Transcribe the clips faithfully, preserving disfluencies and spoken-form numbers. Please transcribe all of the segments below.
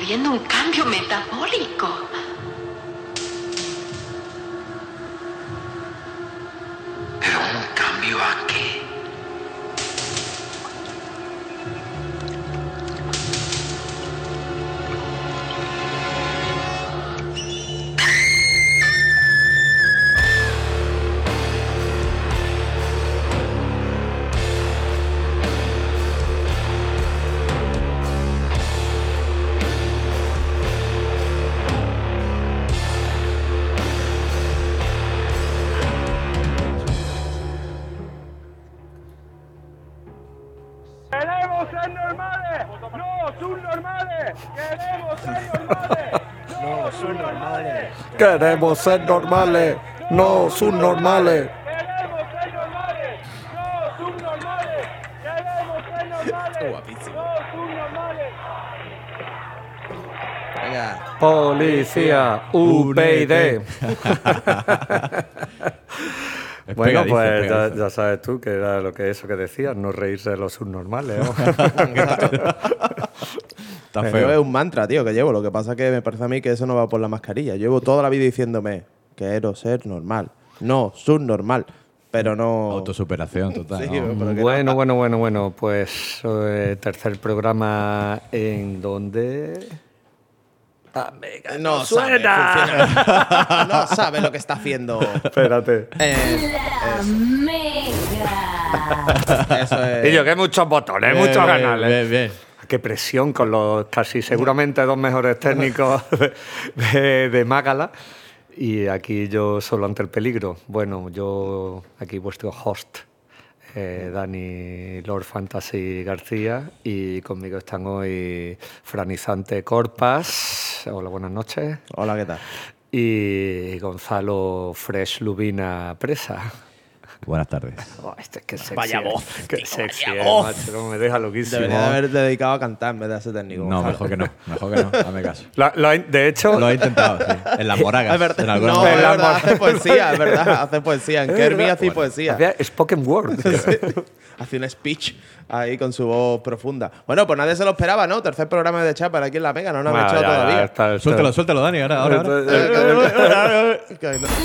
habiendo un cambio metabólico. ¿Pero un cambio a qué? ¡Queremos ser normales! ¡No, subnormales! ¡Queremos ser normales! ¡No, subnormales! Queremos ser normales, no subnormales. ¡Queremos ser normales! ¡No, subnormales! ¡Queremos ser normales! Guapísimo. ¡No, subnormales! Venga. Policía, U P I D. Es Bueno, pegadizo, pues es ya, pegadizo. ya sabes tú que era lo que eso que decías, no reírse de los subnormales. ¿no? Está Pero feo. es un mantra, tío, que llevo. Lo que pasa es que me parece a mí que eso no va por la mascarilla. Llevo toda la vida diciéndome, quiero ser normal. No, subnormal. Pero no... Autosuperación total. Sí, ¿no? pero que Bueno, bueno, bueno, bueno, pues eh, tercer programa en donde... Amiga, no no sabe suena. funcionar. No sabe lo que está haciendo. Espérate. Eh, La mega. eso es... Y yo, que hay muchos botones, Bien, muchos bien, canales. bien, bien. Qué presión con los casi seguramente dos mejores técnicos de, de, de Mágala. Y aquí yo solo ante el peligro. Bueno, yo aquí vuestro host, eh, Dani Lord Fantasy García, y conmigo están hoy Franizante Corpas. Hola, buenas noches. Hola, ¿qué tal? Y Gonzalo Fresh Lubina Presa. Buenas tardes. Oh, este es que sexy. Vaya eh. voz, Qué tío, sexy, vaya eh, voz. macho, cómo me deja loquísimo. Debería de haber dedicado a cantar en vez de a ser técnico. No, Gonzalo. mejor que no. Mejor que no. Dame caso. La- lo ha- de hecho, Lo he intentado, sí. En las moragas. Es verdad, En algunas no, moragas. es la verdad, mor- hace poesía, es verdad, hace poesía. En Es Kermi verdad. hace poesía. había spoken word. Hace un speech ahí con su voz profunda. Bueno, pues nadie se lo esperaba, ¿no? Tercer programa de Chapa aquí en La Mega, no nos han Bueno, echado ya, ya, todavía. está- está- Suéltalo, suéltalo, Dani. Ahora, ahora, ahora. Que no-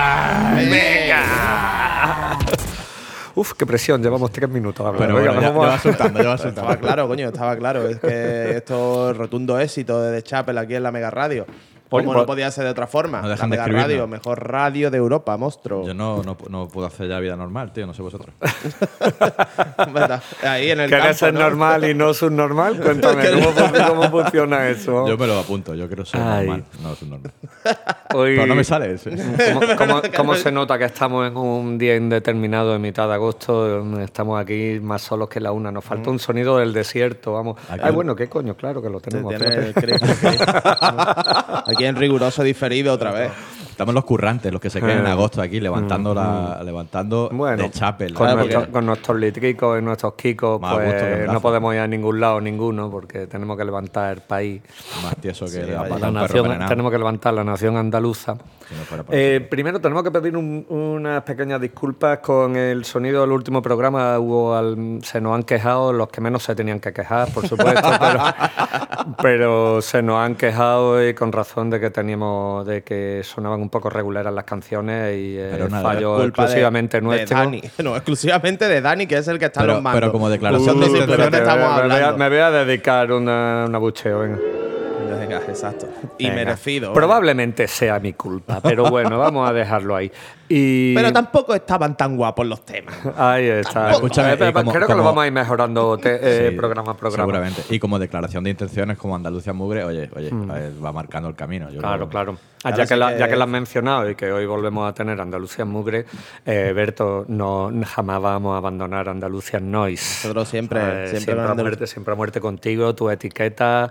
Uf, qué presión, llevamos tres minutos hablando. Pero Venga, bueno, ya, vamos ya a- va soltando, ya va soltando. Estaba claro, coño, estaba claro. Es que esto es rotundo éxito de The Chapel aquí en la Mega Radio. Oye, Como pues- no podía ser de otra forma. No la dejan de Mega escribirnos. Radio, mejor radio de Europa, monstruo. Yo no, no, no puedo hacer ya vida normal, tío. No sé vosotros. ¿Verdad? Ahí en el ¿Quieres campo, ser ¿no? normal y no subnormal? Cuéntame, ¿cómo, fun- cómo funciona eso? Yo me lo apunto. Yo quiero ser Ay. normal. No, soy normal. Hoy- Pero no me sale ese. ¿Cómo, cómo- cómo se nota que estamos en un día indeterminado de mitad de agosto? Estamos aquí más solos que la una. Nos falta un sonido del desierto, vamos. Aquí- Ay, bueno, ¿qué coño? Claro que lo Te tenemos. tiene fíjate. el cri- cri- Aquí en riguroso diferido otra vez. Estamos los currantes, los que se quedan en agosto aquí, levantando la, levantando Bueno, de Chapel. con, Claro, nuestro- porque- con nuestros litricos y nuestros kikos, Más a gusto que en pues brazo. no podemos ir a ningún lado ninguno porque tenemos que levantar el país. Más tieso que la vaya. pata La de un perro nación, envenenado. tenemos que levantar la nación andaluza. Si no fuera por Eh, eso. primero tenemos que pedir un- unas pequeñas disculpas con el sonido del último programa. Hubo al- se nos han quejado los que menos se tenían que quejar, por supuesto, pero, pero se nos han quejado y con razón de que teníamos de que sonaban un poco regulares las canciones y eh, Pero nada, fallo Culpa de- exclusivamente de nuestro. Dani. No, exclusivamente de Dani, que es el que está en Pero- los mandos. pero como declaración de Nosotros simplemente intenciones- estamos me, voy a, hablando. me voy a dedicar una, una bucheo, venga. Venga, exacto. Y Venga. merecido. Probablemente sea mi culpa, pero bueno, vamos a dejarlo ahí. Y Pero tampoco estaban tan guapos los temas. ahí está. Escúchame, Eh, pero y como- creo que lo como- vamos a ir mejorando te- eh, Sí, programa a programa. Seguramente. Y como declaración de intenciones, como Andalucía Mugre, oye, oye, eh, va marcando el camino. Yo Claro, creo. claro. Ah, Ahora ya, que sí la, que- ya que lo has mencionado y que hoy volvemos a tener Andalucía Mugre, eh, Berto, no, jamás vamos a abandonar Andalucía Noise. Nosotros siempre- ¿Sabes? siempre siempre, con a Andalucía. muerte, siempre a muerte contigo, tu etiqueta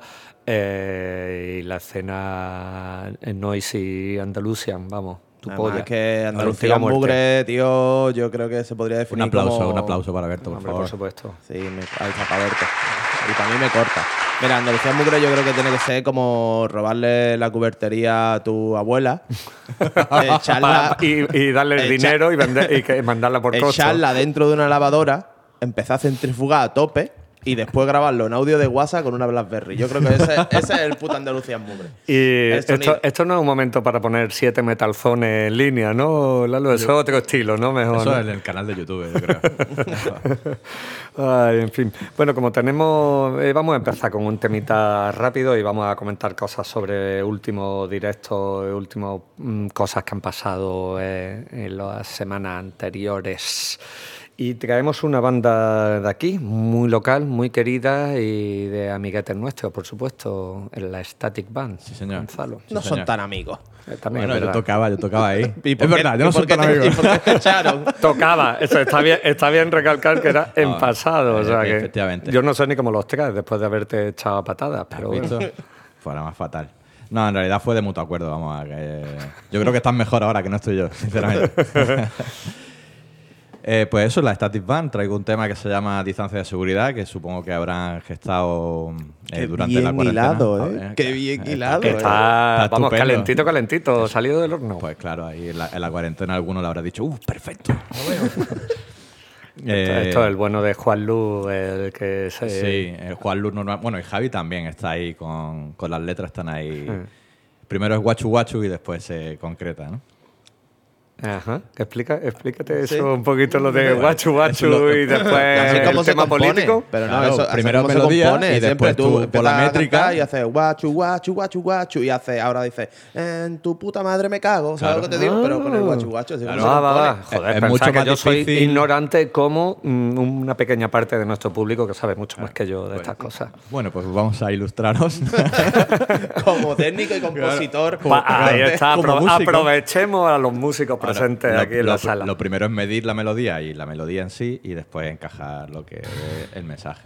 eh, y la escena en Noise y Andalusian, vamos, tu Además, polla. es que Andalucía Andalucía a muerte. Mugre, tío, yo creo que se podría Un definir aplauso, como... un aplauso para Berto, por Hombre, favor. por supuesto. Sí, me, ahí está para verte. Y para mí me corta. Mira, Andalucía Mugre yo creo que tiene que ser como robarle la cubertería a tu abuela, echarla, Pa- y, y darle el Echa- dinero y, vender, y que- mandarla por costo. echarla dentro de una lavadora, empezar a centrifugar a tope y después grabarlo en audio de WhatsApp con una BlackBerry. Yo creo que ese, ese es el puta Andalucía mugre. Y El esto, sonido. esto no es un momento para poner siete metalzones en línea, ¿no, Lalo? Eso es otro estilo, ¿no? Mejor, Eso ¿no? es en el canal de YouTube, yo creo. Ay, en fin. Bueno, como tenemos... eh, vamos a empezar con un temita rápido y vamos a comentar cosas sobre últimos directos, últimas mm, cosas que han pasado eh, en las semanas anteriores. Y traemos una banda de aquí, muy local, muy querida y de amiguetes nuestros, por supuesto, en la Static Band. Sí, señor. Gonzalo. No Sí, son señor. tan amigos. Eh, también Bueno, es yo verdad. tocaba, yo tocaba ahí. ¿Y por Es qué- verdad, yo y no por soy qué tan te- amigo. ¿Y por qué te echaron? Tocaba, eso está bien, está bien recalcar que era en No, pasado. O sea eh, que efectivamente. yo no sé ni cómo los traes después de haberte echado a patadas, pero ¿Has bueno. visto? Fuera más fatal. No, en realidad fue de mutuo acuerdo, vamos a que... Yo creo que están mejor ahora que no estoy yo, sinceramente. Eh, pues eso, la Static Band. Traigo un tema que se llama Distancia de Seguridad, que supongo que habrán gestado eh, Qué durante bien la cuarentena. hilado, ¿eh? Joder, Qué bien hilado, Que eh. está, Está vamos, estupendo. calentito, calentito, salido del horno. Pues claro, ahí en la, en la cuarentena alguno le habrá dicho, ¡uh, perfecto! Esto, Eh, esto es el bueno de Juan Luz, el que se... Sí, el Juan Luz normal. Bueno, y Javi también está ahí con, con las letras, están ahí. Mm. Primero es guachu guachu y después se concreta, ¿no? Ajá. Explica, explícate Sí. eso un poquito, lo de guachu guachu lo- y después Así el como se tema compone. político. Pero no, Claro, eso, así primero como se melodía compone. y Siempre después tú, por empiezas la a métrica. cantar y haces guachu, guachu, guachu, guachu. Y hace, ahora dices, en tu puta madre me cago. ¿Sabes Claro. lo que te digo? Pero con el guachu, guachu. Así como Claro. se Ah, va, compone. va. Joder, Es- es pensaba mucho que más yo soy difícil. ignorante como mm, una pequeña parte de nuestro público que sabe mucho más que yo de estas cosas. Bueno, pues vamos a ilustraros. Como técnico y compositor. Pa- ahí está, como apro- músico. aprovechemos a los músicos Ahora, presentes lo- aquí en lo, la sala. Lo primero es medir la melodía y la melodía en sí y después encajar lo que es el mensaje.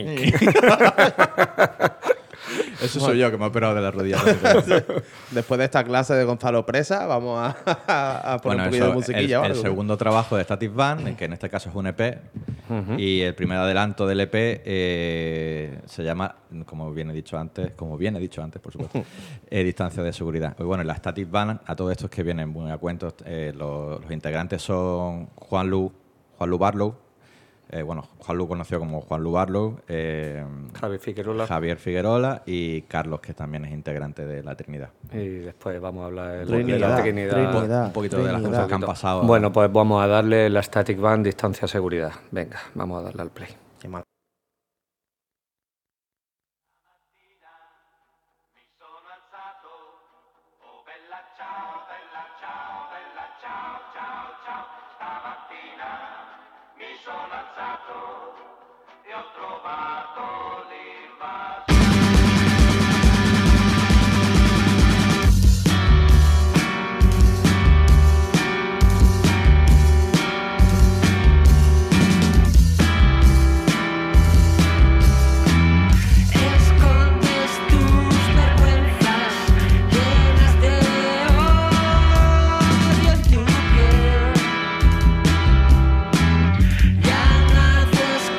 Eso soy yo que me he operado de la rodilla. Después de esta clase de Gonzalo Presa, vamos a, a poner Bueno, un poquito de eso, musiquilla. el, o el algo. segundo trabajo de Static Band, en que en este caso es un E P, y el primer adelanto del E P eh, se llama, como bien he dicho antes, como bien he dicho antes, por supuesto, eh, Distancia de Seguridad. Pues bueno, la Static Band, a todos estos que vienen muy a cuentos, eh, los, los integrantes son Juan Lu, Juan Lu Barlow, eh, bueno, Juan Lu conocido como Juan Lu Barlow, eh, Javi Figuerola. Javier Figuerola y Carlos, que también es integrante de la Trinidad. Y después vamos a hablar de la Trinidad, Trinidad. Trinidad. Un poquito de las Trinidad. cosas que han pasado. Bueno, pues vamos a darle la Static Band Distancia Seguridad. Venga, vamos a darle al play. Qué mal. Escondes tus vergüenzas llenas de odio en tu piel. Ya naces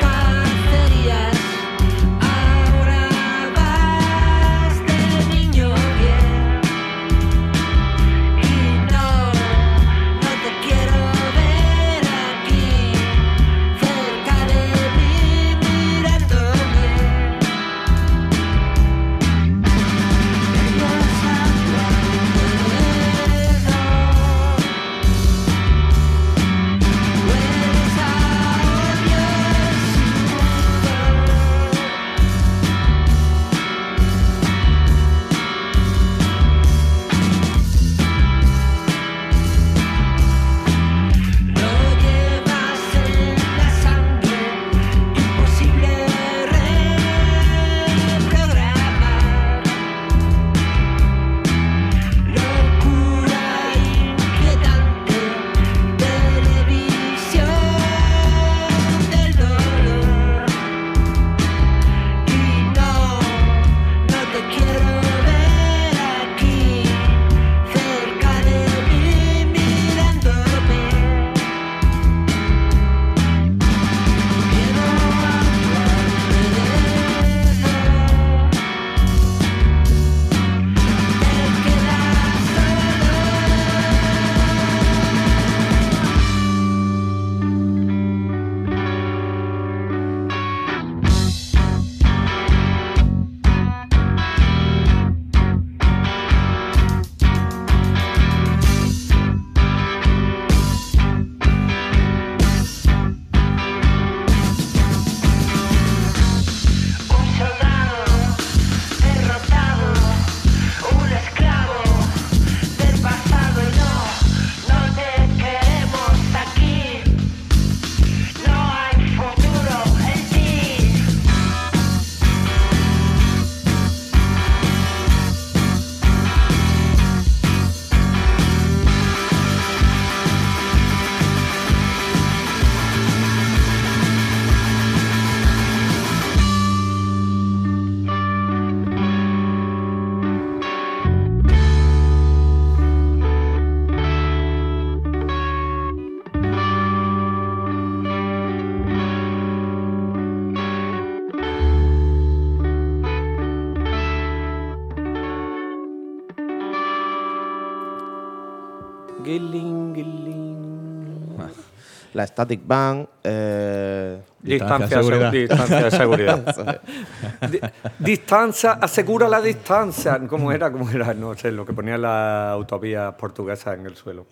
Guilin, guilin. La Static Band. Eh, Distancia, Distancia de de seguridad. Distancia de seguridad. Di- distancia, asegura la distancia. ¿Cómo era? ¿Cómo era? No sé, lo que ponía la autovía portuguesa en el suelo.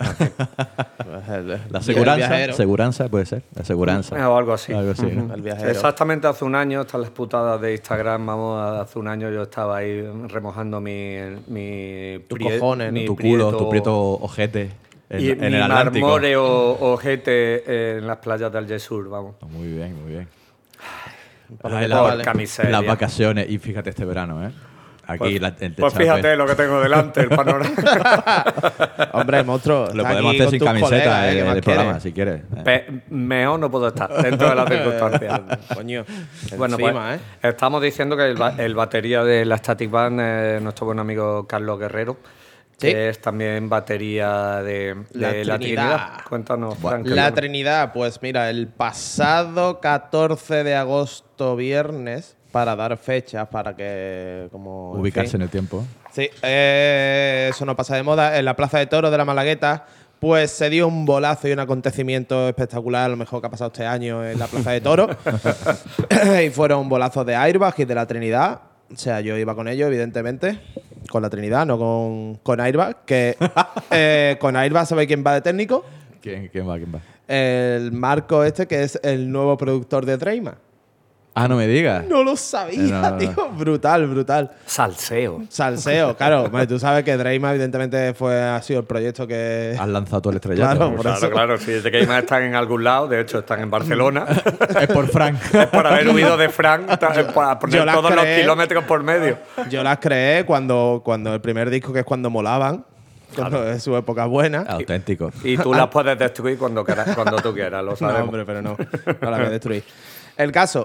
La seguranza, viajero. seguranza puede ser. La seguranza. O algo así. Algo así, ¿no? El viajero. Exactamente hace un año, están las putadas de Instagram, vamos, hace un año yo estaba ahí remojando mi... mi Tus prie- cojones, ¿no? mi Tu culo, prieto- tu prieto ojete en, y en mi el Atlántico. marmóreo ojete en las playas del Yesur, vamos. Muy bien, muy bien. Para Ay, lo que la- vale. camiseria. Las vacaciones. Y fíjate este verano, ¿eh? Aquí Pues, la, el pues Techapel. fíjate lo que tengo delante, el panorama. Hombre, monstruo. Lo está podemos aquí hacer con sin tus camiseta colegas, ¿eh? en ¿Qué más el programa, quieres? si quieres. Eh. Pe- mejor no puedo estar dentro de las circunstancias. Coño. Bueno, encima, pues ¿eh? estamos diciendo que el, ba- el batería de la Static Band es nuestro buen amigo Carlos Guerrero, Sí. que es también batería de, La de la Trinidad. Trinidad. Cuéntanos, Buah. Frank. que La no- Trinidad, pues mira, el pasado catorce de agosto, viernes, para dar fechas, para que como en Ubicarse fin. en el tiempo. Sí, eh, eso no pasa de moda. En la Plaza de Toros de la Malagueta, pues se dio un bolazo y un acontecimiento espectacular, a lo mejor que ha pasado este año en la Plaza de Toros. Y fueron bolazos de Airbag y de la Trinidad. O sea, yo iba con ellos, evidentemente, con la Trinidad, no con, con Airbag. Que eh, con Airbag, ¿sabéis quién va de técnico? ¿Quién, quién va? ¿Quién va? El Marco este, que es el nuevo productor de Dreyma. Ah, no me digas. No lo sabía, No, no, no. tío. Brutal, brutal. Salseo. Salseo, claro. Hombre, tú sabes que Dreyma, evidentemente, fue, ha sido el proyecto que. Has lanzado todo el estrellato. Claro, por Claro, eso. claro, si desde que además están en algún lado, de hecho están en Barcelona, Es por Frank. es por haber huido de Frank, ta- para Yo poner las todos los creé. kilómetros por medio. Yo las creé cuando, cuando el primer disco, que es cuando molaban, cuando es su época buena. Auténtico. Y tú las puedes destruir cuando, quieras, cuando tú quieras, lo No, sabemos. hombre, pero no. No la voy a destruir. El caso,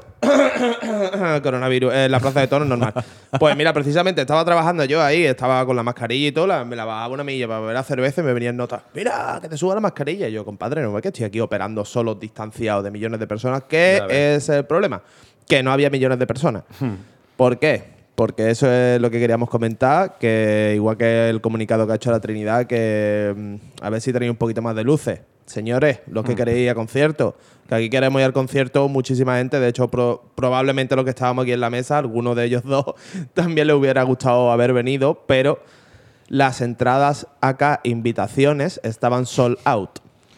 coronavirus, en la Plaza de Toros normal. Pues mira, precisamente estaba trabajando yo ahí, estaba con la mascarilla y todo, la- me la bajaba una milla para beber la cerveza y me venían notas. Mira, que te suba la mascarilla. Y yo, compadre, no ves que estoy aquí operando solo distanciado de millones de personas. ¿Qué Ya ves. es el problema? Que no había millones de personas. ¿Por qué? Porque eso es lo que queríamos comentar, que igual que el comunicado que ha hecho la Trinidad, que mm, a ver si tenéis un poquito más de luces. Señores, los que queréis ir a conciertos, que aquí queremos ir al concierto muchísima gente, de hecho pro- probablemente los que estábamos aquí en la mesa, alguno de ellos dos, también les hubiera gustado haber venido, pero las entradas acá, invitaciones, estaban sold out.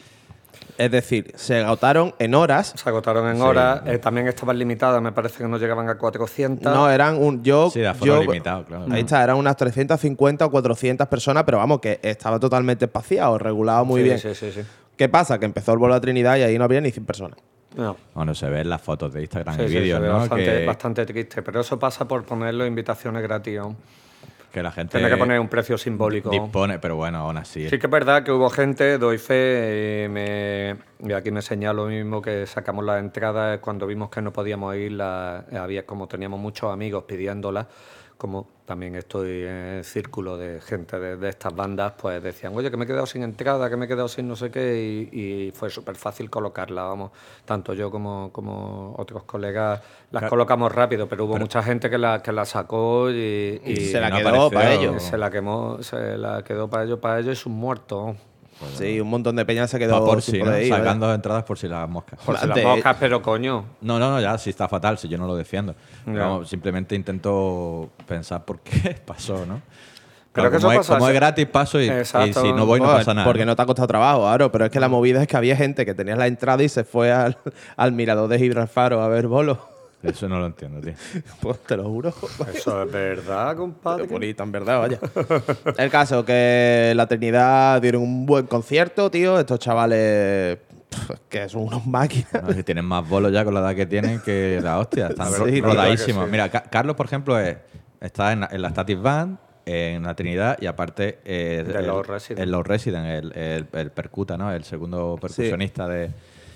Es decir, se agotaron en horas. Se agotaron en horas, eh, también estaban limitadas, me parece que no llegaban a cuatrocientas. No, eran un. Yo. Sí, de aforo yo- limitado, claro. Ahí está, eran unas trescientas cincuenta o cuatrocientas personas, pero vamos, que estaba totalmente espaciado, regulado muy Sí, bien. Sí, sí, sí. ¿Qué pasa? Que empezó el vuelo a Trinidad y ahí no había ni cien personas. No. Bueno, se ven las fotos de Instagram Sí, y sí, vídeos, se ve ¿no? bastante, que, bastante triste, pero eso pasa por ponerlo invitaciones gratis aún. que la gente Tiene que poner un precio simbólico. dispone, pero bueno, aún así. Sí que es verdad que hubo gente, doy fe, y, me, y aquí me señalo mismo que sacamos las entradas cuando vimos que no podíamos ir, la- había como teníamos muchos amigos pidiéndolas, como también estoy en el círculo de gente de, de estas bandas, pues decían, oye, que me he quedado sin entrada, que me he quedado sin no sé qué, y, y fue súper fácil colocarla, vamos, tanto yo como, como otros colegas las colocamos rápido, pero hubo mucha gente que la, que la sacó y, y se la no quedó apareció. para ellos. se la quemó, se la quedó para ellos, para ellos y sus muertos. Sí, un montón de peña se Pa' quedó por sin si, ¿no? poder ir, vaya. Sacando entradas por si las moscas. Por si las De- moscas, pero coño. No, no, no, ya sí está fatal, si yo no lo defiendo. Pero Ya. vamos, simplemente intento pensar por qué pasó, ¿no? Pero Claro, que como, eso es, pasa, como es se- gratis, paso y, y Exacto. si no voy no Joder, pasa nada. Porque no te ha costado trabajo, claro. Pero es que la movida es que había gente que tenía la entrada y se fue al, al mirador de Gibraltar a ver bolos. Eso no lo entiendo, tío. Pues te lo juro. Eso es verdad, compadre. Bonita, en verdad, vaya. El caso que la Trinidad dieron un buen concierto, tío. Estos chavales, pf, que son unos máquinas. No, si tienen más bolos ya con la edad que tienen que la hostia. Están Sí, ro- la verdad rodadísimos. que sí. Mira, Ca- Carlos, por ejemplo, es, está en, la- en la Static Band, en la Trinidad y aparte eh, De el- Low Resident. el Low Resident, el, el, el percuta, ¿no? El segundo percusionista de,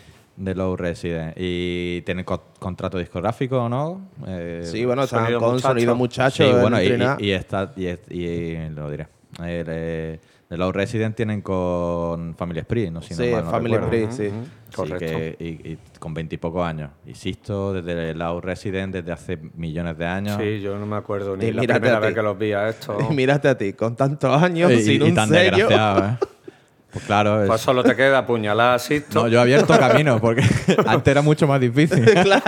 de Low Resident. Y tienen co- contrato discográfico, ¿no? Eh, Sí, bueno, están Sonido con Muchacho. sonido muchacho. Sí, en bueno, y, Trinidad. y, y está, y, es- y lo diré. El, eh, de Low Resident tienen con Family Spree, no si no Sí, mal no Family recuerdo. Spree, sí. Sí, Correcto. que- y, y con veintipocos años. Y Sisto, desde Low Resident, desde hace millones de años. Sí, yo no me acuerdo ni Y la mírate primera a ti. vez que los vi a esto. Y mírate a ti, con tantos años, y, sin y un tan sello. desgraciado, ¿eh? Pues claro. Pues Es... solo te queda apuñalar a Sisto. No, yo he abierto camino porque antes era mucho más difícil.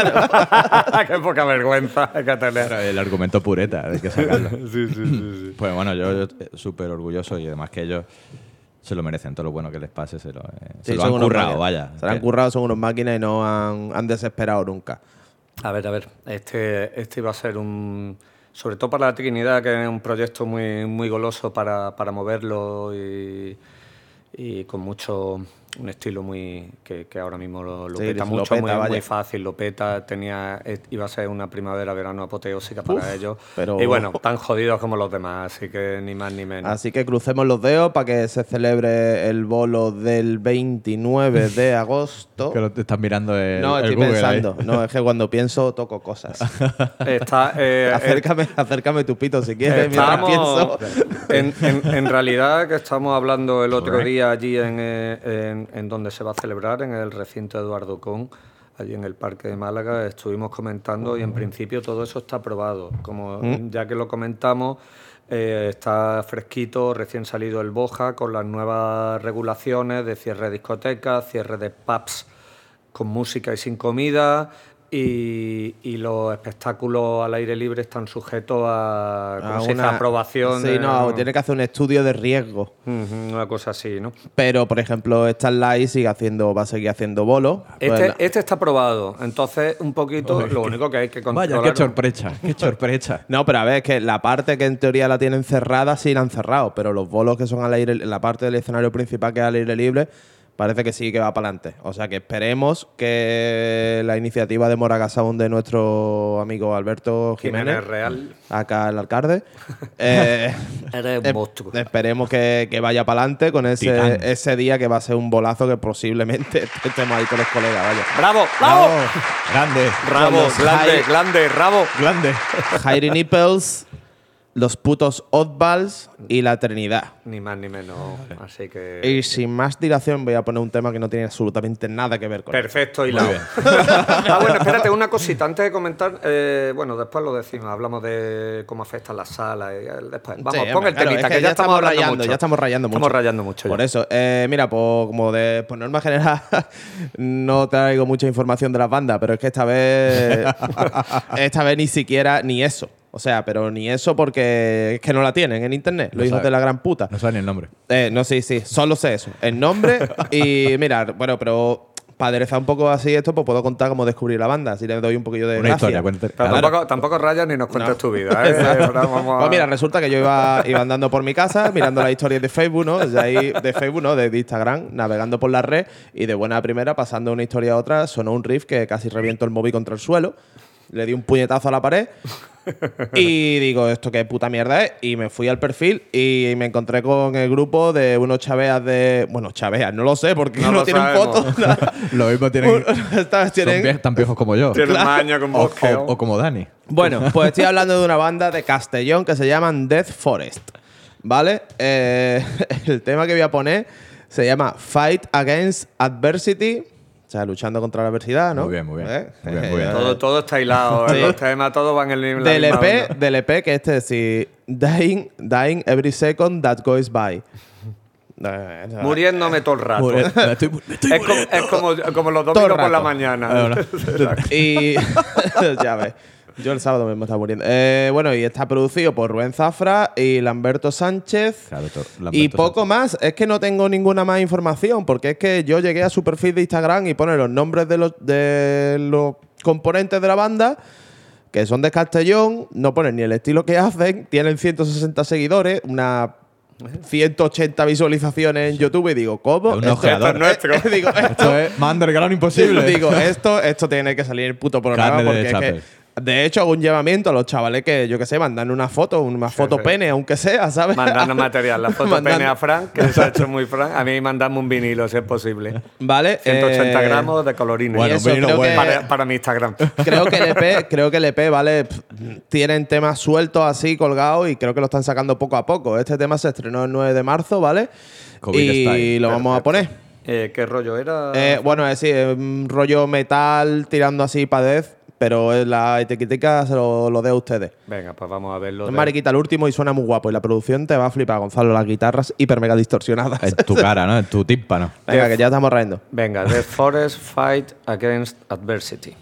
Qué poca vergüenza hay que tener. Pero el argumento pureta, hay que sacarlo. Sí, sí, sí, sí. Pues bueno, yo, yo súper orgulloso y además que ellos se lo merecen. Todo lo bueno que les pase se lo, eh, se Sí, lo son han unos currado, máquinas. vaya. Se lo han Que- currado, son unos máquinas y no han, han desesperado nunca. A ver, a ver, este, este iba a ser un... Sobre todo para la Trinidad, que es un proyecto muy, muy goloso para, para moverlo y, y con mucho... Un estilo muy que, que ahora mismo lo, lo Sí, peta lo mucho, peta, muy, vaya. muy fácil, lo peta, tenía, eh, iba a ser una primavera-verano apoteósica para Uf, ellos. pero- Y bueno, tan jodidos como los demás, así que ni más ni menos. Así que crucemos los dedos para que se celebre el bolo del veintinueve de agosto. Que lo te estás mirando el, No, el estoy Google ahí. pensando. No, es que cuando pienso toco cosas. Está, eh, eh, acércame, acércame tu pito si quieres. mientras Estamos, pienso. en, en- en realidad, que estamos hablando el otro día allí en, eh, en- en donde se va a celebrar, en el recinto Eduardo Con, allí en el Parque de Málaga, estuvimos comentando y en principio todo eso está aprobado. Como ya que lo comentamos, eh, está fresquito, recién salido el BOJA con las nuevas regulaciones de cierre de discotecas, cierre de pubs con música y sin comida. Y, y los espectáculos al aire libre están sujetos a, ¿cómo A se dice? una- aprobación. Sí, de- no, tiene que hacer un estudio de riesgo. Ujú, una cosa así, ¿no? Pero, por ejemplo, Starlight sigue haciendo, va a seguir haciendo bolo. Pues, Este, la- este está aprobado, entonces un poquito, lo único que hay que controlar. Vaya, qué sorpresa, qué sorpresa. No, pero a ver, es que la parte que en teoría la tienen cerrada sí la han cerrado, pero los bolos que son al aire, la parte del escenario principal que es al aire libre, parece que sí que va para adelante. O sea que esperemos que la iniciativa de Moraga Sound de nuestro amigo Alberto Jiménez, Jiménez Real. acá el alcalde, eh, Eres un eh, monstruo. esperemos que, que vaya para adelante con ese, Titán. ese día que va a ser un bolazo que posiblemente estemos ahí todos los colegas, vaya. ¡Bravo! ¡Bravo! Grande, ¡Bravo! Con los ¡Grande! high- ¡Grande! ¡Bravo! grande. Jairi Nipples, los putos Oddballs y la Trinidad. Ni más ni menos. Así que. Y sin más dilación voy a poner un tema que no tiene absolutamente nada que ver con esto. Perfecto, hilado. Ah, bueno, espérate, una cosita. Antes de comentar, eh, bueno, después lo decimos. Hablamos de cómo afectan las salas. Y, eh, después. Vamos, Sí, pon hombre, el claro, temita, es que, ya estamos hablando rayando, mucho. ya estamos rayando mucho. Estamos rayando mucho. Por ya. eso, eh, mira, pues como de por norma general no traigo mucha información de las bandas, pero es que esta vez esta vez ni siquiera ni eso. O sea, pero ni eso porque es que no la tienen en internet, los No hijos sabe. de la gran puta. No sabe ni el nombre. Eh, no, sí, sí, solo sé eso. El nombre y mira, bueno, pero para aderezar un poco así esto, pues puedo contar cómo descubrí la banda, si le doy un poquillo de Una gracia. historia, cuéntate. Pero Claro. tampoco, tampoco rayas ni nos cuentes No. tu vida. ¿eh? Ahora vamos a- Pues mira, resulta que yo iba, iba andando por mi casa, mirando las historias de Facebook, ¿no? Desde ahí, de Facebook, ¿no? De, de Instagram, navegando por la red y de buena primera, pasando de una historia a otra, sonó un riff que casi reviento el móvil contra el suelo. Le di un puñetazo a la pared y digo, ¿esto qué puta mierda es? Y me fui al perfil y me encontré con el grupo de unos chaveas de... Bueno, chaveas, no lo sé porque No no, lo tienen sabemos. fotos. Lo mismo tienen. Estas Son tienen- vie- tan viejos como yo. Tiene más años con O, bosque. o- o como Dani. Bueno, pues estoy hablando de una banda de Castellón que se llaman Death Forest, ¿vale? Eh, el tema que voy a poner se llama Fight Against Adversity, o sea, luchando contra la adversidad, ¿no? Muy bien, muy bien. ¿Eh? Muy bien, muy bien. Todo, todo está hilado. Sí. Los temas, todos van en la misma Del E P, onda. del E P que este sí, dying, dying every second that goes by. Eh, no, Muriéndome todo el rato. Me estoy- me estoy Es como, es como, como los Todo domingos el por la rato. mañana. Y ya ves, yo el sábado mismo estaba muriendo. Eh, bueno, y está producido por Rubén Zafra y Lamberto Sánchez. Claro, to- Lamberto Y poco Sánchez. más, es que no tengo ninguna más información, porque es que yo llegué a su perfil de Instagram y pone los nombres de los, de los componentes de la banda, que son de Castellón, no ponen ni el estilo que hacen, tienen ciento sesenta seguidores, una ciento ochenta visualizaciones en YouTube y digo, ¿cómo? Es un Esto- ojeador. esto es nuestro. digo, esto, Esto es más underground imposible. digo, esto, esto tiene que salir el puto programa Carne de porque es Chapel. que, de hecho, hago un llamamiento a los chavales que, yo qué sé, mandan una foto, una foto sí. pene, aunque sea, ¿sabes? Mandando material. La foto Mandando- pene a Frank, que se ha hecho muy Frank. A mí mandadme un vinilo, si es posible. Vale. ciento ochenta eh, gramos de colorines. Bueno, Y eso, vinilo creo bueno. que, para, para mi Instagram. creo que el E P, creo que el E P, vale, pf, tienen temas sueltos así colgados y creo que lo están sacando poco a poco. Este tema se estrenó el nueve de marzo, ¿vale? COVID y style. lo vamos a poner. Eh, ¿Qué rollo era? Eh, bueno, es decir, un rollo metal tirando así para death, pero eh, la etiquetica se lo, lo dejo a ustedes. Venga, pues vamos a verlo. Es de- mariquita el último y suena muy guapo. Y la producción te va a flipar, Gonzalo. Las guitarras hiper mega distorsionadas. En tu cara, ¿no? En tu tímpano. Venga, que ya estamos rayando. Venga, The Forest Fight Against Adversity.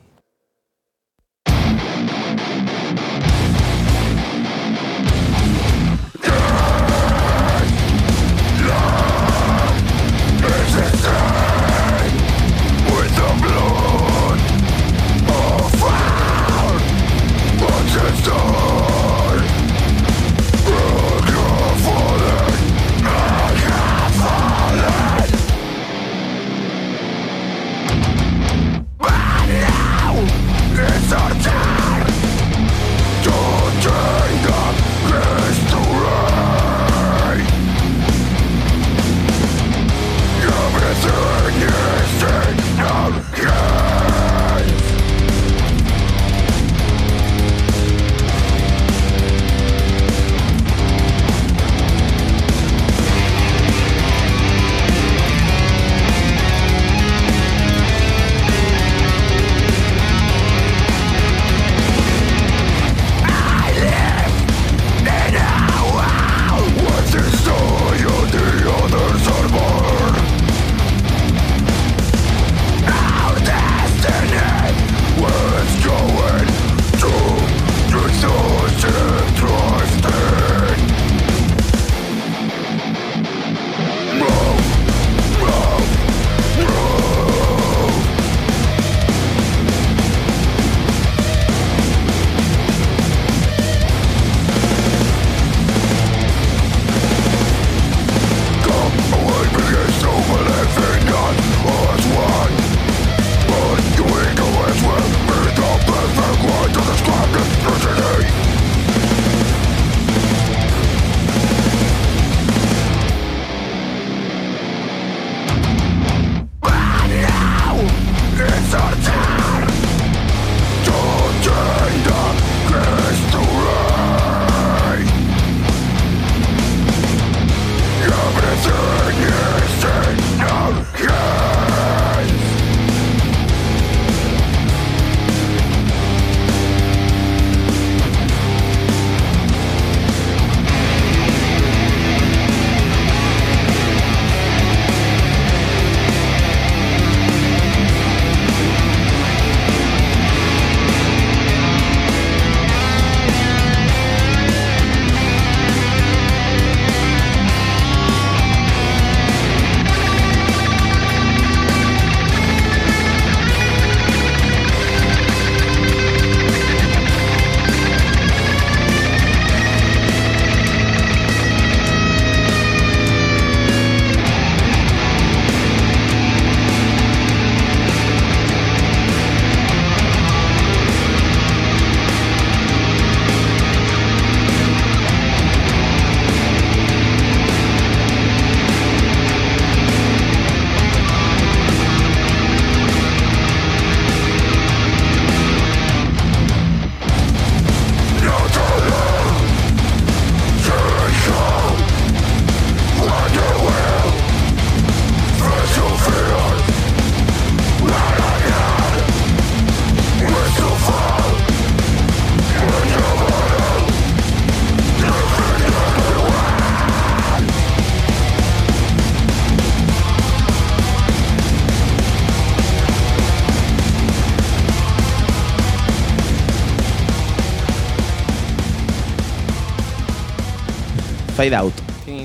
Fade out.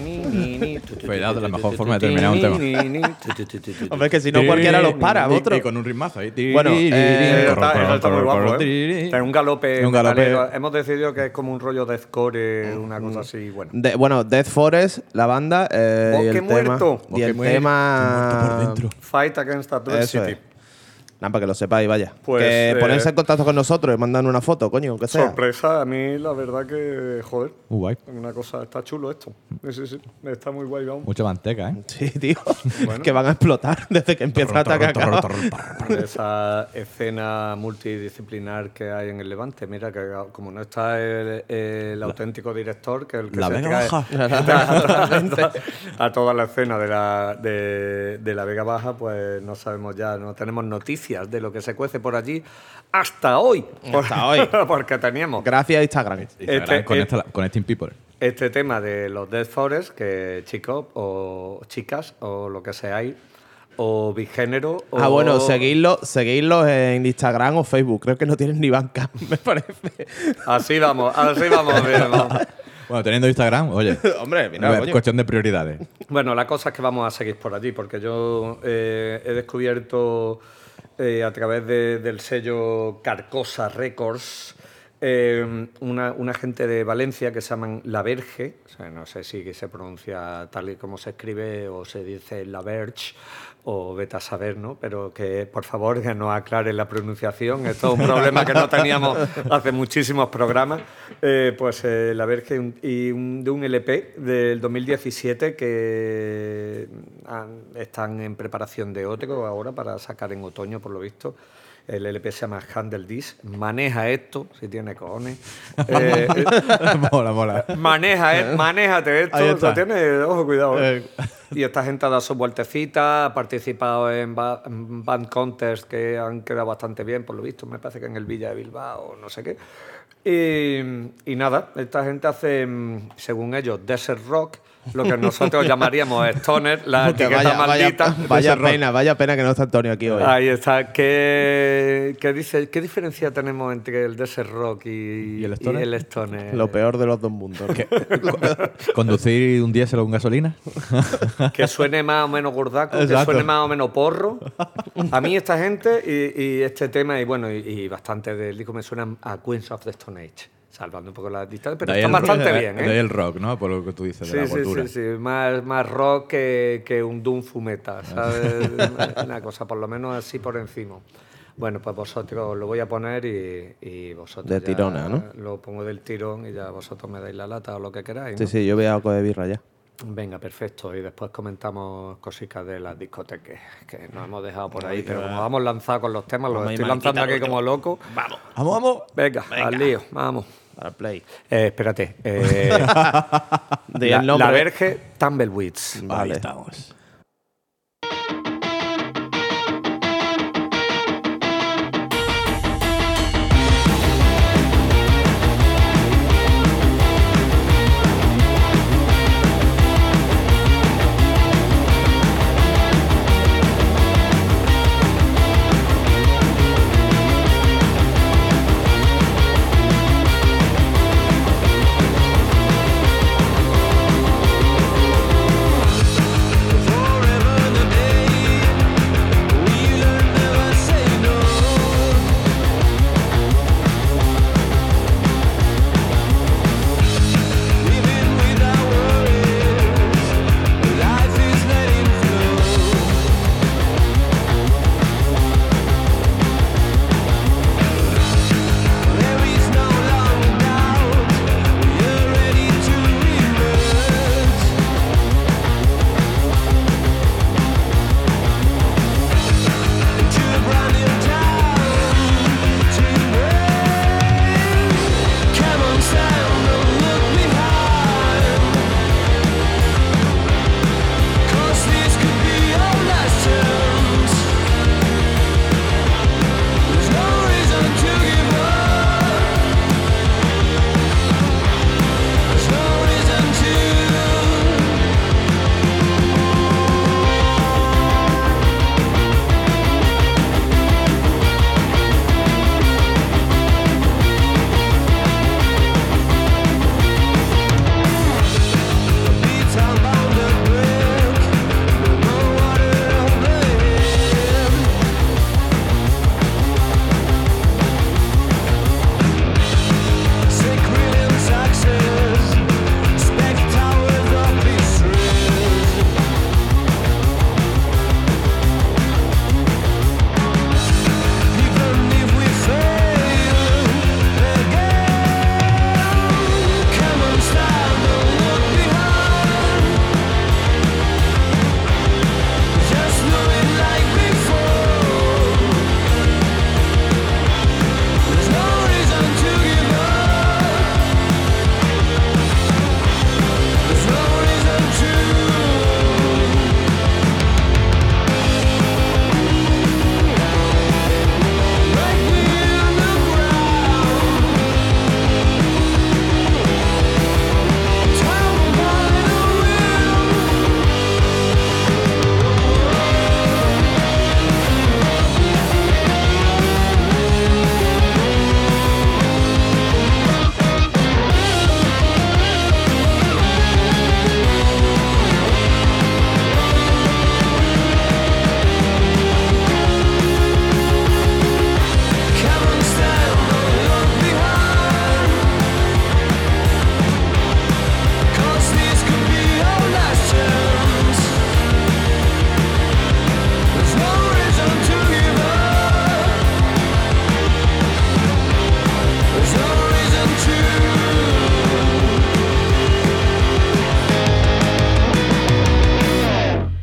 Fade out es la mejor forma de terminar un tema. Hombre, es que si no cualquiera los para, Y- otro. Y con un ritmazo ahí. Bueno, eh, Está, está- está muy guapo, ¿eh? Tiene un galope. Un galope. metalero. Hemos decidido que es como un rollo deathcore, una cosa así. Bueno. De- bueno, Death Forest, la banda. Eh, y Bosque el tema, muerto. y el Bosque tema. Fight Against Eso Adversity. es. Nada, para que lo sepáis, vaya. Pues, que eh, ponerse en contacto con nosotros y mandarnos una foto, coño, aunque sea. Sorpresa, a mí la verdad que, joder, Uh, guay. una cosa, está chulo esto. Sí, sí, sí, está muy guay, vamos. Mucha manteca, ¿eh? Sí, tío. que van a explotar desde que empieza a atacar. Esa escena multidisciplinar que hay en el Levante. Mira que como no está el, el auténtico director, que es el que La se Vega trae Baja. a toda la escena de la, de, de la Vega Baja, pues no sabemos ya, no tenemos noticias noticias de lo que se cuece por allí hasta hoy. Hasta hoy. Porque teníamos Gracias a Instagram. Instagram Este- conecta la- Connecting People. este tema de los Death Forest, que chicos o chicas o lo que seáis, o bigénero. Ah, o- bueno, seguidlos seguidlos en Instagram o Facebook. Creo que no tienen ni banca, me parece. Así vamos, así vamos, bien, vamos. Bueno, teniendo Instagram, oye, Hombre, mira, es coño. cuestión de prioridades. Bueno, la cosa es que vamos a seguir por allí, porque yo eh, he descubierto eh, a través de- del sello Carcosa Records eh, una, una gente de Valencia que se llaman La Verge, o sea, no sé si se pronuncia tal y como se escribe o se dice La Verge o vete a saber, ¿no? Pero que por favor que nos aclare la pronunciación, esto es un problema que no teníamos hace muchísimos programas. Eh, pues eh, La Verge un- y un- de un L P del dos mil diecisiete que han- están en preparación de otro ahora para sacar en otoño, por lo visto. El L P se llama Handle This. Maneja esto, si tiene cojones. Eh, mola, mola. maneja, eh, manéjate Ahí esto. está. Lo tiene, ojo, cuidado. eh. Eh. Y esta gente ha dado sus vueltecitas, ha participado en, ba- en band contests que han quedado bastante bien, por lo visto. Me parece que en el Villa de Bilbao, no sé qué. Y, y nada, esta gente hace, mm, según ellos, desert rock, lo que nosotros llamaríamos stoner, la Que etiqueta vaya, vaya, maldita. vaya Desert rock. pena, vaya pena que no está Antonio aquí hoy. Ahí está. ¿Qué, qué, dice, ¿Qué diferencia tenemos entre el desert rock y, ¿Y el stoner? el stoner? Lo peor de los dos mundos. ¿Conducir un diésel con gasolina? Que suene más o menos gordaco, que Exacto. suene más o menos porro. A mí esta gente y, y este tema, y bueno, y, y bastante del disco me suenan a Queens of the Stone Age, salvando un poco las distancias, pero De ahí está el- bastante de- bien, De ahí ¿eh? el rock, ¿no? Por lo que tú dices, de Sí, la sí, cultura. sí, sí, más, más rock que, que un Doom fumeta, ¿sabes? Una cosa, por lo menos así por encima. Bueno, pues vosotros lo voy a poner y, y vosotros De ya tirona, ¿no? lo pongo del tirón y ya vosotros me dais la lata o lo que queráis, Sí, ¿no? sí, yo voy a algo de birra ya. Venga, perfecto. Y después comentamos cositas de las discotecas que nos hemos dejado por ahí. Pero como vamos lanzados con los temas, los Vamos a ir estoy lanzando manquita aquí por como loco. Vamos. Vamos, vamos. Venga, al lío, vamos. Para play. Eh, espérate. Eh, Di la, el nombre. la Verge Tumbleweeds. Ahí Vale. estamos. Before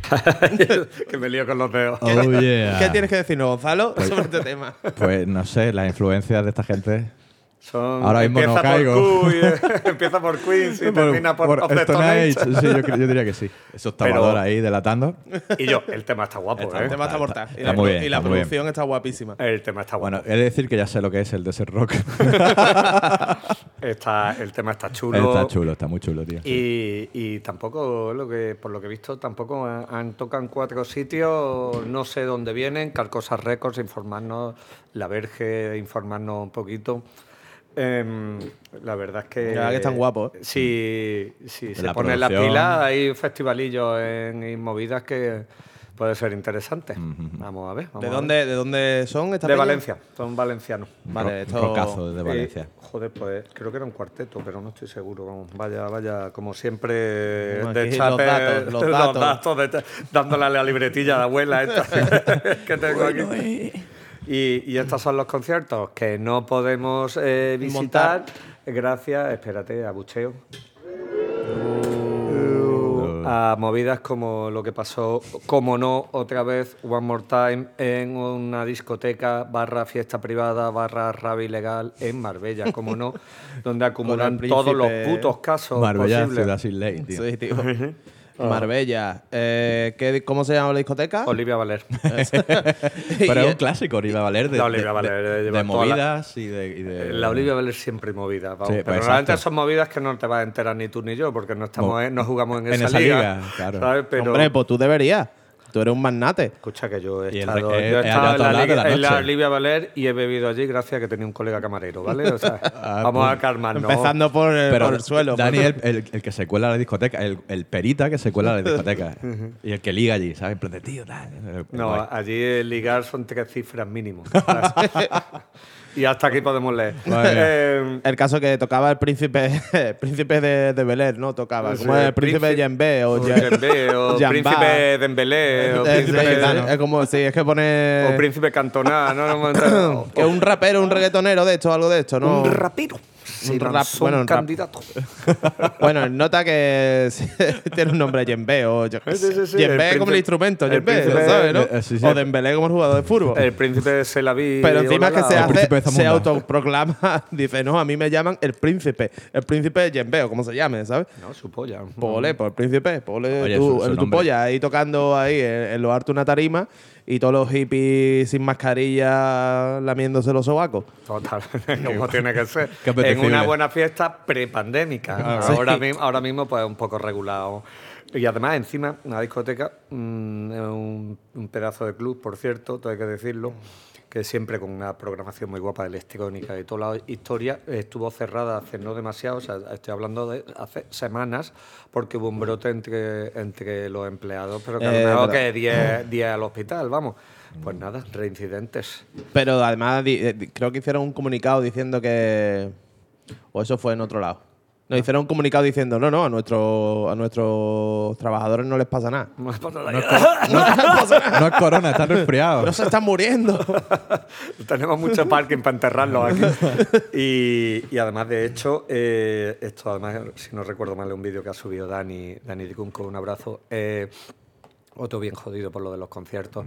Que me lío con los dedos. Oh, yeah. ¿Qué tienes que decirnos, Gonzalo, sobre este tema? Pues no sé, las influencias de esta gente. Son, Ahora mismo no empieza por caigo. Q y, eh, empieza por Queens y termina por, Of the Stone Stone Age. Age. Sí, yo, cre- yo diría que sí. Esos Pero- tapadores ahí delatando. Y yo, el tema está guapo, Está ¿eh? El tema está mortal. Y está la, muy bien, y la está muy bien. producción está guapísima. El tema está guapo. Bueno, he de decir que ya sé lo que es el desert rock. Está, el tema está chulo. Está chulo, está muy chulo, tío. Y, y tampoco, lo que por lo que he visto, tampoco han, han tocado en cuatro sitios, no sé dónde vienen, Carcosa Records, informarnos, La Verge, informarnos un poquito. Em, la verdad es que... La verdad que están guapos, ¿eh? Si, si se La ponen las producción. pilas, hay festivalillos en, en movidas que puede ser interesante. Vamos a ver. vamos ¿De a ver. dónde, ¿De dónde son estas De peñas? Valencia, son valencianos. Vale, Ro- esto... Rocazo de Valencia. Eh, joder, pues creo que era un cuarteto, pero no estoy seguro. Vamos, vaya, vaya, como siempre, Bueno, de aquí chape, los datos, los datos. de- dándole a la libretilla a la abuela esta que tengo aquí. Y, y estos son los conciertos que no podemos eh, visitar gracias, espérate, a bucheo. A movidas como lo que pasó, como no, otra vez, One More Time, en una discoteca barra fiesta privada barra rave ilegal en Marbella, como no, donde acumulan príncipe- todos los putos casos Marbella, posibles. ciudad sin ley, tío. Sí, tío. Marbella. Eh, ¿qué- ¿Cómo se llama la discoteca? Olivia Valer. Pero Y- es un clásico, Olivia Valer. De, La Olivia de- Valer, de, eh, de lleva toda la- movidas y de, y de- La Olivia Valer siempre movida, vamos. Sí, pero pues realmente exacto. son movidas que no te vas a enterar ni tú ni yo, porque no estamos Mo- en- no jugamos en, en esa, esa liga, liga, claro. ¿sabes? Pero Hombre, pues tú deberías. Tú eres un magnate. escucha que yo he Y el estado, re- yo he eh, estado allá en, toda la, la de liga- la en la noche. Olivia Valer y he bebido allí gracias a que tenía un colega camarero, ¿vale? O sea, Ah, vamos pues, a calmarnos. Empezando por el, Pero por el suelo. Dani por- es el, el- el que se cuela a la discoteca, el, el perita que se cuela a la discoteca. Y el que liga allí, ¿sabes? En plan de tío, tal. No, Guay. allí el ligar son tres cifras mínimo. ¿sabes? Y hasta aquí podemos leer. Vale. Eh, El caso que tocaba el príncipe, el príncipe de, de Bel Air, ¿no? Tocaba. Sí, Como el príncipe de príncipe- Jembe o, o Jem- Dembé, o Jambá. príncipe Dembélé, o Eh, príncipe, gitano. Es como, sí, es que pone. o príncipe Cantona, no, no, no, que un rapero, un reggaetonero de esto, algo de esto, ¿no? un rapero. Se rap- lanzó bueno, un un rap. candidato. Bueno, nota que tiene un nombre Jembe o yo qué Sí, sé. sí, sí, Jembe el como el príncipe- instrumento, el Jembe, príncipe- lo sabes, ¿no? eh, sí, sí. O Dembélé como el jugador de fútbol. El príncipe se la vi. Pero encima que se El hace, príncipe de se Zamunda. autoproclama, dice, no, a mí me llaman el príncipe, el príncipe de Jembe o como se llame, ¿sabes? No, su polla. Pole, por el príncipe, pole, Oye, tú, su- su el- tu nombre. polla ahí tocando ahí en, en lo harto una tarima y todos los hippies sin mascarilla lamiéndose los sobacos. Total, como tiene que ser. Qué En apetecible. una buena fiesta prepandémica. Ahora, Sí. mismo, ahora mismo, pues un poco regulado. Y además, encima, una discoteca, mm, es un, un pedazo de club, por cierto, todo hay que decirlo, que siempre con una programación muy guapa de electrónica y toda la historia, estuvo cerrada hace no demasiado, o sea, estoy hablando de hace semanas, porque hubo un brote entre, entre los empleados, pero que a lo Eh, mejor verdad. que diez días al hospital, vamos. Pues nada, reincidentes. Pero además di- eh, di- creo que hicieron un comunicado diciendo que... O eso fue en otro lado. Nos hicieron un comunicado diciendo, no, no, a, nuestro, a nuestros trabajadores no les pasa nada. No es para la- No es corona, están resfriados. No se están muriendo. Tenemos mucho parking para enterrarlos aquí. Y, y además, de hecho, eh, esto además, si no recuerdo mal, es un vídeo que ha subido Dani, Dani Dicunco, un abrazo. Eh, otro bien jodido por lo de los conciertos.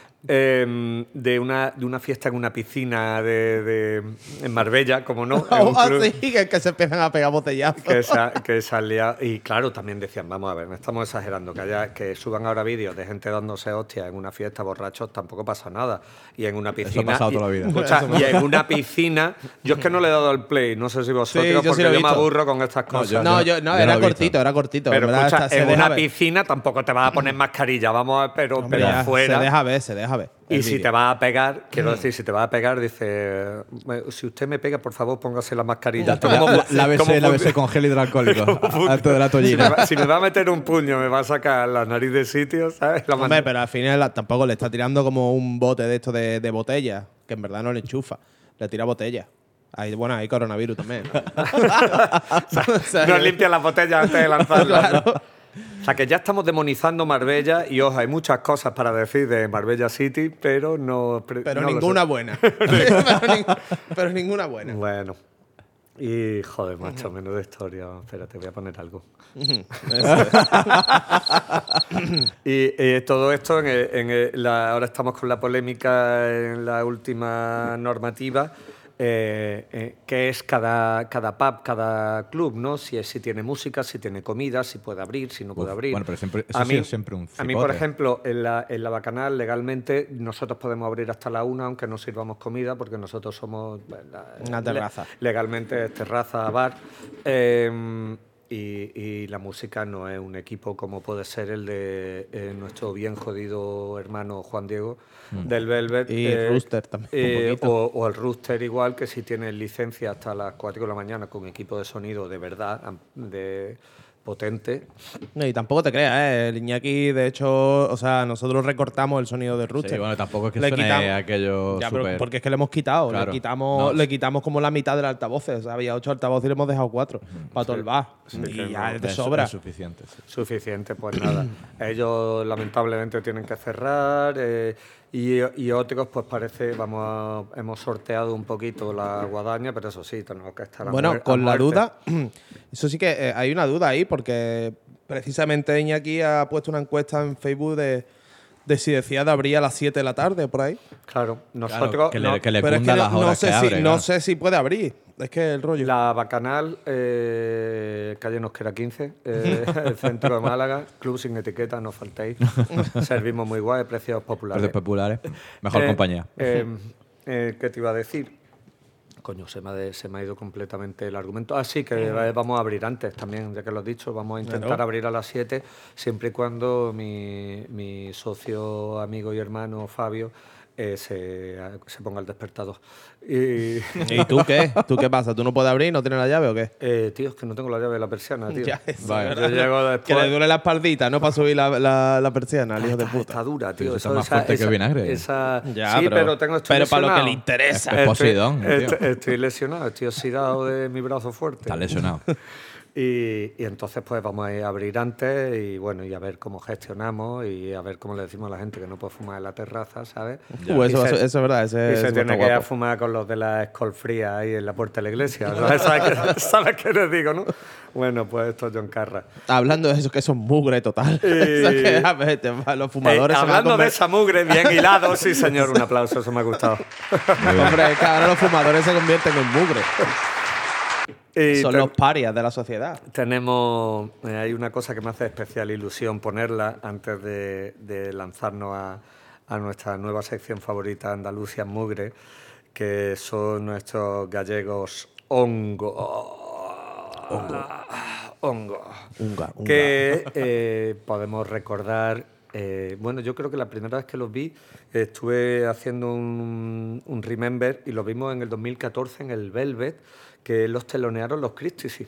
Eh, de, una, de una fiesta en una piscina de, de- en Marbella, como no. en un O club así, que, que se empiezan a pegar botellazos. que, sa- que salía. Y claro, también decían, vamos a ver, no estamos exagerando, que, haya, que suban ahora vídeos de gente dándose hostias en una fiesta borrachos, tampoco pasa nada. Y en una piscina. ha pasado y- toda la vida. escucha, y en una piscina. Yo es que no le he dado el play, no sé si vosotros, Sí, yo sí porque lo he yo me visto. aburro con estas cosas. yo- No, yo, no, yo era lo he visto. cortito, era cortito. Pero en verdad, escucha, hasta se en deja una ver. piscina tampoco te vas a poner mascarilla, vamos a ver, pero, Hombre, pero ya, fuera. Se deja ver, se deja ver. Y el si vídeo. te vas a pegar, quiero decir, si te vas a pegar, dice, si usted me pega, por favor, póngase la mascarilla. La, la, la besé, ¿Cómo la fun- besé con gel hidroalcohólico. Alto de la si, me tollina. va, si me va a meter un puño, me va a sacar la nariz de sitio, ¿sabes? La Hombre, mano- pero al final la- tampoco le está tirando como un bote de esto de, de botella, que en verdad no le enchufa. Le tira botella. Ahí, bueno, hay coronavirus también. ¿no? O sea, no que- limpia las botellas antes de lanzarlas. Claro. O sea, que ya estamos demonizando Marbella y, ojo, hay muchas cosas para decir de Marbella City, pero no... pre- Pero no lo ninguna sé. buena. pero, ning- pero ninguna buena. Bueno. Y, joder, macho, menuda historia. Espérate, voy a poner algo. y eh, todo esto, en el- en el- la- ahora estamos con la polémica en la última normativa, eh, eh, que es cada, cada pub, cada club, ¿no? Si, es- si tiene música, si tiene comida, si puede abrir, si no puede Uf, abrir. bueno, pero siempre- eso a ha mí, sido siempre un A mí, por cipote. ejemplo, en la, en la Bacanal, legalmente, nosotros podemos abrir hasta la una, aunque no sirvamos comida, porque nosotros somos... bueno, la- Una terraza. le- legalmente es terraza, bar. eh, y, y la música no es un equipo como puede ser el de eh, nuestro bien jodido hermano Juan Diego del Velvet. Y Rooster también, un eh, poquito. o, o el Rooster igual, que si tiene licencia hasta las cuatro de la mañana con equipo de sonido de verdad, am- de potente. No, y tampoco te creas, ¿eh? El Iñaki, de hecho, o sea, nosotros recortamos el sonido de Rooster. Sí, bueno, tampoco es que Le suene quitamos- aquello Ya, pero súper- porque es que le hemos quitado. Claro. Le, quitamos, No. le quitamos como la mitad del altavoces. O sea, había ocho altavoces y le hemos dejado cuatro. Para todo el bar. y que ya no, es de Es- sobra. es suficiente. sí. Suficiente, pues nada. Ellos lamentablemente tienen que cerrar eh, y, y otros, pues parece, vamos a- hemos sorteado un poquito la guadaña, pero eso sí, tenemos que estar a Bueno, muer- a con la muerte. duda, eso sí que eh, hay una duda ahí, porque precisamente Iñaki ha puesto una encuesta en Facebook de, de si decía de abrir a las siete de la tarde, por ahí. Claro, Claro, nosotros. que no- le, que le Pero es cunda que no, las no horas sé que si, abre, no claro. sé si puede abrir. Es que el rollo. La Bacanal, eh, calle Nosquera quince, eh, el centro de Málaga, club sin etiqueta, no faltéis. Servimos muy guay, precios populares. Precios populares. Mejor Eh, compañía. eh, eh, ¿Qué te iba a decir? Coño, se me, ha de- se me ha ido completamente el argumento. Ah, sí, que eh, vamos a abrir antes también, ya que lo has dicho. Vamos a intentar Claro. abrir a las siete, siempre y cuando mi, mi socio, amigo y hermano Fabio eh, se, se ponga el despertador. Y, ¿Y tú qué? ¿Tú qué pasa? ¿Tú no puedes abrir? ¿No tienes la llave o qué? eh, tío, es que no tengo la llave de la persiana, tío. Ya, eso, Vale. ¿verdad? Yo llego Que después. le duele la espaldita, ¿no? Para subir la, la, la persiana, al hijo de Está, puta. está dura, tío. Pero eso Eso- está más fuerte que el vinagre. esa- Ya, sí, pero- pero, tengo estoy pero para lo que lesionado. le interesa. Es Estoy- Poseidón, tío. estoy, estoy lesionado, estoy oxidado de mi brazo fuerte. Está lesionado. Y, y entonces pues vamos a ir a abrir antes y bueno, y a ver cómo gestionamos y a ver cómo le decimos a la gente que no puede fumar en la terraza, ¿sabes? Uh, eso, Y va a se- ser- eso es verdad. Ese, y ese se está tiene que ir a guapo. fumar con los de la Skol fría ahí en la puerta de la iglesia. ¿Sabes, ¿Sabes, qué, ¿Sabes qué les digo, no? Bueno, pues esto es John Carra. Hablando de eso, que eso es mugre total. Eso es que, a ver, te va- los fumadores Eh, se van a hablando de comer- esa mugre bien hilado, sí señor, un aplauso, eso me ha gustado. Hombre, es que ahora los fumadores se convierten en mugre. Y Son te- los parias de la sociedad. Tenemos, eh, hay una cosa que me hace especial ilusión ponerla antes de, de lanzarnos a, a nuestra nueva sección favorita, Andalucía Mugre, que son nuestros gallegos hongo. Hongo. Hongo. Unga, unga. Que eh, podemos recordar. eh, bueno, yo creo que la primera vez que los vi eh, estuve haciendo un, un remember y los vimos en el dos mil catorce en el Velvet, que los telonearon los Christie.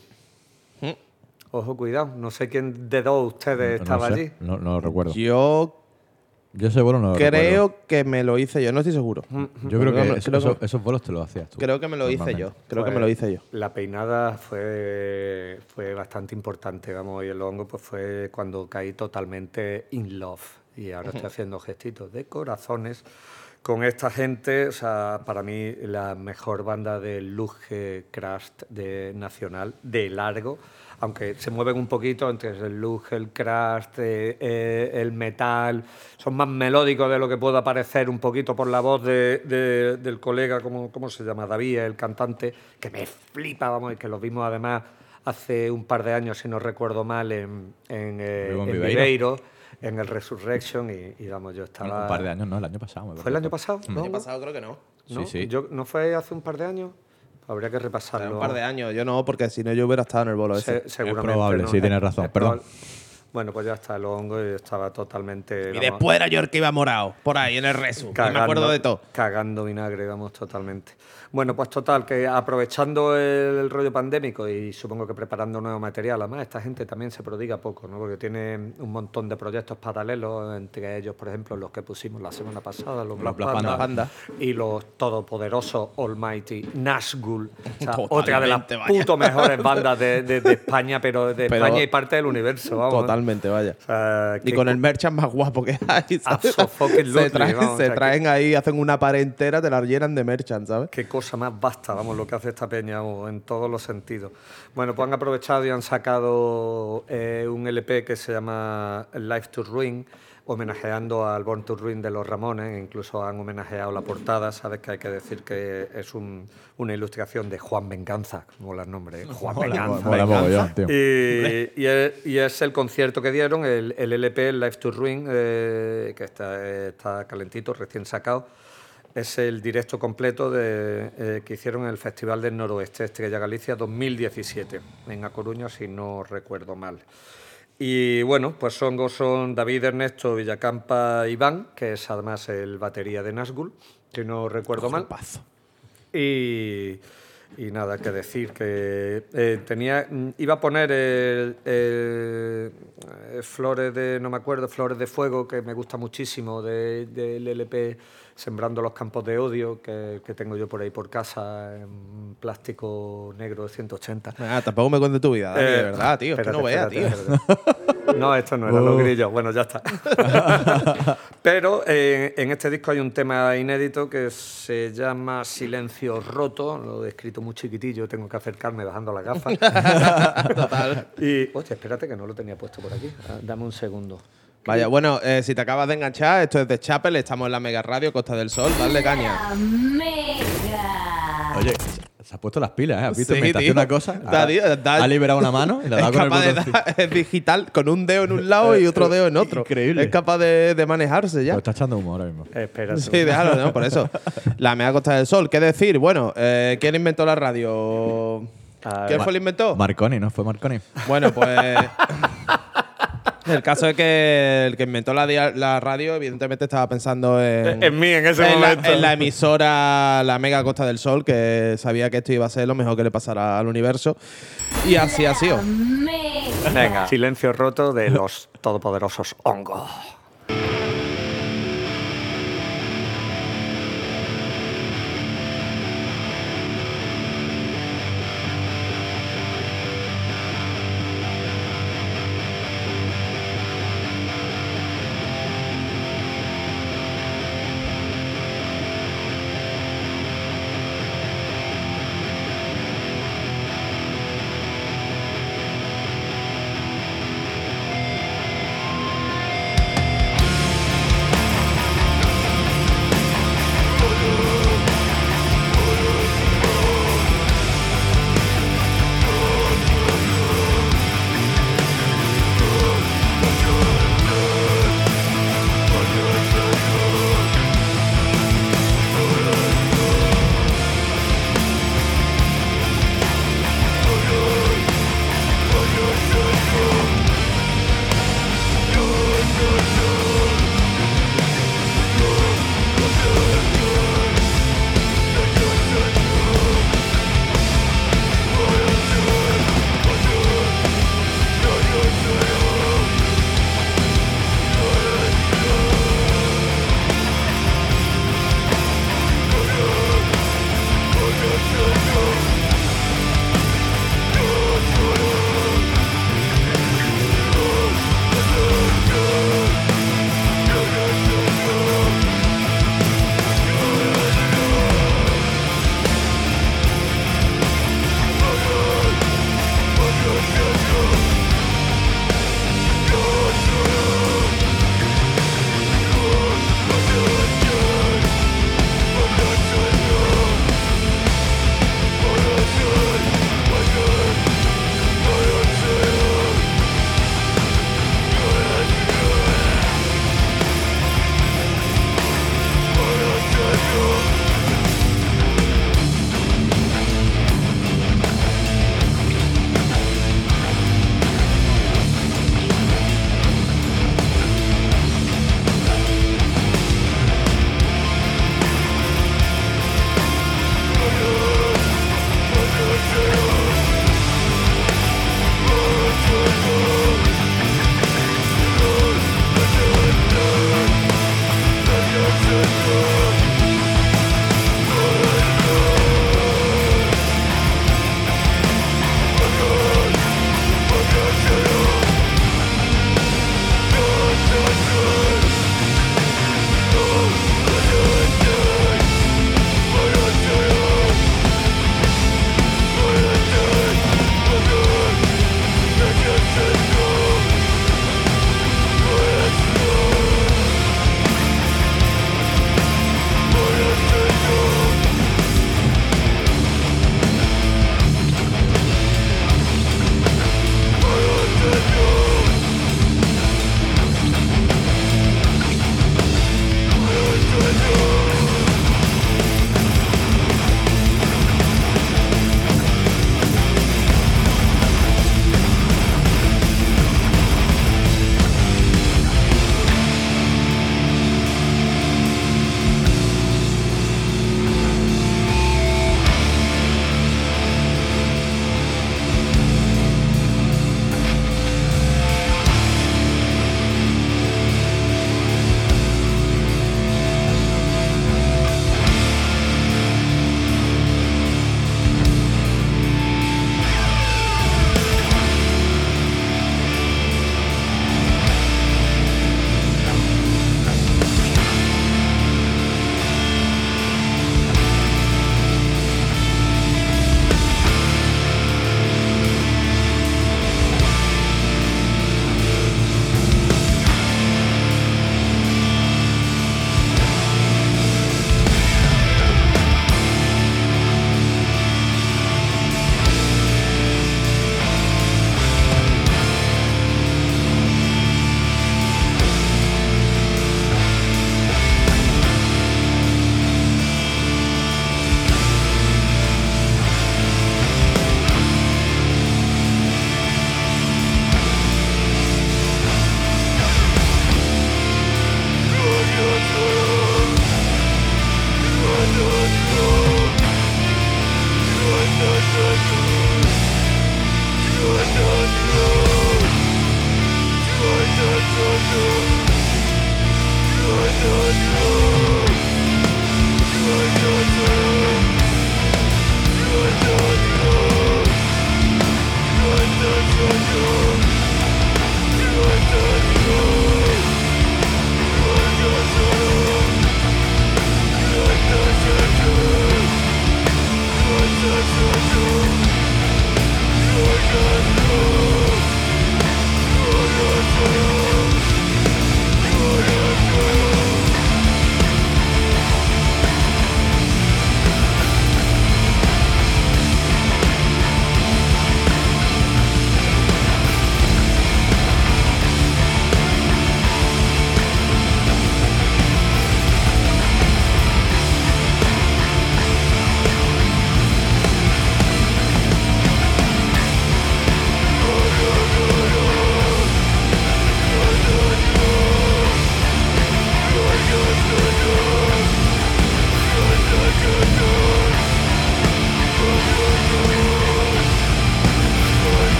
Ojo, cuidado, no sé quién de dos ustedes No estaba sé, allí. No, no lo recuerdo. Yo Yo ese vuelo no lo recuerdo. creo que me lo hice yo, no estoy seguro. Yo creo que creo- eso- creo que- eso- esos vuelos te los hacías tú. Creo que me lo hice yo. normalmente. Creo que Pues, me lo hice yo. La peinada fue, fue bastante importante, vamos, y el hongo pues fue cuando caí totalmente in love. Y ahora estoy haciendo gestitos de corazones con esta gente. O sea, para mí la mejor banda de luge crust de nacional, de largo. Aunque se mueven un poquito entre el luge, el crust, eh, eh, el metal. Son más melódicos de lo que pueda parecer un poquito por la voz de, de- del colega, ¿cómo, ¿cómo se llama? David, el cantante, que me flipa, vamos, y que los vimos además hace un par de años, si no recuerdo mal, en, en, eh, Vivo en en Viveiro. Viveiro, en el Resurrection, y, y vamos, yo estaba... Bueno, un par de años, no, el año pasado. me ¿Fue el año parece. pasado? El ¿no? año pasado creo que no. ¿No? Sí, sí. Yo, ¿No fue hace un par de años? Habría que repasarlo. Un par de años. Yo no, porque si no yo hubiera estado en el bolo ese. Se- seguramente. probable, ¿no? sí, tienes razón, Es perdón. probable. Bueno, pues ya está el hongo y estaba totalmente... Y vamos, después era yo el que iba morado, por ahí en el resu. No me cagando- acuerdo de todo. Cagando vinagre, vamos, totalmente. Bueno, pues total, que aprovechando el, el rollo pandémico y supongo que preparando nuevo material, además esta gente también se prodiga poco, ¿no? Porque tiene un montón de proyectos paralelos, entre ellos, por ejemplo, los que pusimos la semana pasada, los Black Black Panda, Panda. y los todopoderosos Almighty Nazgul, o sea, Totalmente, otra de las vaya. puto mejores bandas de, de- de España, pero de Pero España y parte del universo, vamos. Totalmente. totalmente, vaya. O sea, Y qué con co- el merchant más guapo que hay, ¿sabes? Absolutely, se traen, vamos, se o sea, traen ahí, hacen una pared entera, te la llenan de merchant, ¿sabes? Qué cosa más basta, vamos, lo que hace esta peña o en todos los sentidos. Bueno, pues han aprovechado y han sacado eh, un L P que se llama Life to Ruin, homenajeando al Born to Ruin de los Ramones, incluso han homenajeado la portada, sabes que hay que decir que es un- una ilustración de Juan Venganza, mola el nombre, ¿eh? Juan Venganza. Mola mogollón, tío. Y, y es, y es el concierto que dieron, el, el L P, el Life to Ruin, eh, que está, está calentito, recién sacado. Es el directo completo de, eh, que hicieron en el Festival del Noroeste, Estrella Galicia dos mil diecisiete, en A Coruña, si no recuerdo mal. Y bueno, pues son, son David Ernesto Villacampa Iván, que es además el batería de Nazgûl, si no recuerdo mal. Y, y nada que decir, que eh, tenía, iba a poner el, el- eh, Flores de, no me acuerdo, Flores de Fuego, que me gusta muchísimo, de- del L P Sembrando los Campos de Odio, que, que tengo yo por ahí por casa, en plástico negro de ciento ochenta. Ah, tampoco me cuentes tu vida, Dani, de Eh, verdad, tío. Es que espérate, no veas, tío. espérate, espérate. No, esto no era los grillos. Bueno, ya está. Pero eh, en este disco hay un tema inédito que se llama Silencio Roto. Lo he escrito muy chiquitillo, tengo que acercarme bajando las gafas. Total. Y, hostia, espérate que no lo tenía puesto por aquí. Ah, dame un segundo. Vaya, bueno, eh, si te acabas de enganchar, esto es de Chapel, estamos en la Mega Radio Costa del Sol, dale caña. Mega. Oye, se ha puesto las pilas, ¿eh? ¿Has visto? Sí, Mientras hace tío. una cosa, Da, ahora tío, da- ha liberado una mano y le ha Es dado con el capaz de botón. dar- es digital, con un dedo en un lado y otro dedo en otro. Increíble. Es capaz de, de manejarse ya. Lo está echando humo ahora mismo. Eh, espérate. Sí, déjalo, ¿no? Por eso. La Mega Costa del Sol. ¿Qué decir? Bueno, eh, ¿quién inventó la radio? Ah, ¿Quién Ma- fue el inventor? Marconi, ¿no? Fue Marconi. Bueno, pues. El caso es que el que inventó la, dia- la radio, evidentemente, estaba pensando en. En mí en ese en la, momento. en la emisora La Mega Costa del Sol, que sabía que esto iba a ser lo mejor que le pasara al universo. Y así ha sido. Mega. Venga. Silencio Roto de los todopoderosos hongos. Mega.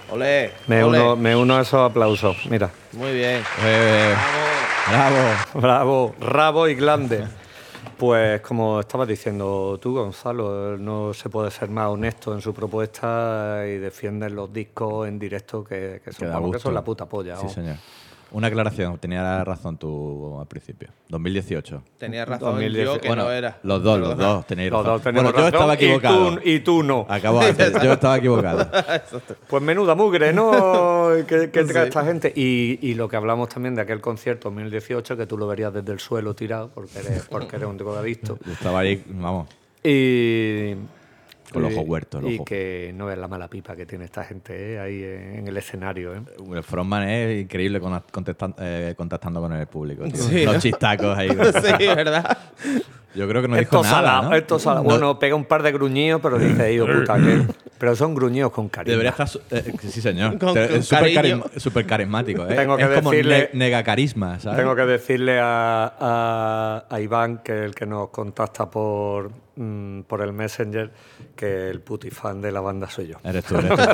Olé, Me olé. uno, me uno a esos aplausos. Mira. Muy bien. Eh, bravo. Bravo, rabo y glande. Pues como estabas diciendo tú, Gonzalo, no se puede ser más honesto en su propuesta y defienden los discos en directo que, que Que son, da vamos, que gusto. son la puta polla. Sí, vamos. señor. Una aclaración, tenía razón tú al principio. dos mil dieciocho. Tenía razón dos mil diez. yo que Bueno, no era. los dos, los Perdona. dos tenéis Los razón. dos tenemos Bueno, yo razón estaba equivocado. Y tú, y tú no. Acabo de hacer, yo estaba equivocado. Pues menuda mugre, ¿no? que que trae Sí. esta gente. Y, y lo que hablamos también de aquel concierto dos mil dieciocho, que tú lo verías desde el suelo tirado, porque eres, porque eres un tipo de adicto. Yo estaba ahí, vamos, Y. con los y- ojos huertos. los Y ojos. que no es la mala pipa que tiene esta gente ¿eh? ahí en, en el escenario. ¿eh? El frontman es increíble con, contestan- eh, contactando con el público. tío. Sí, los ¿no? chistacos ahí. Sí, ¿verdad? Yo creo que no Esto dijo nada, salado, ¿no? esto salado. No, Bueno, pega un par de gruñidos, pero dice, hijo puta, que. Pero son gruñidos con cariño. debería estar... su- eh, sí, señor. Con- Te- con es súper cariño. carisma- súper carismático, ¿eh? Tengo que es como decirle- ne- negacarisma, ¿sabes? Tengo que decirle a, a- a Iván, que es el que nos contacta por, mm, por el Messenger, que el putifan de la banda soy yo. Eres tú, eres tú.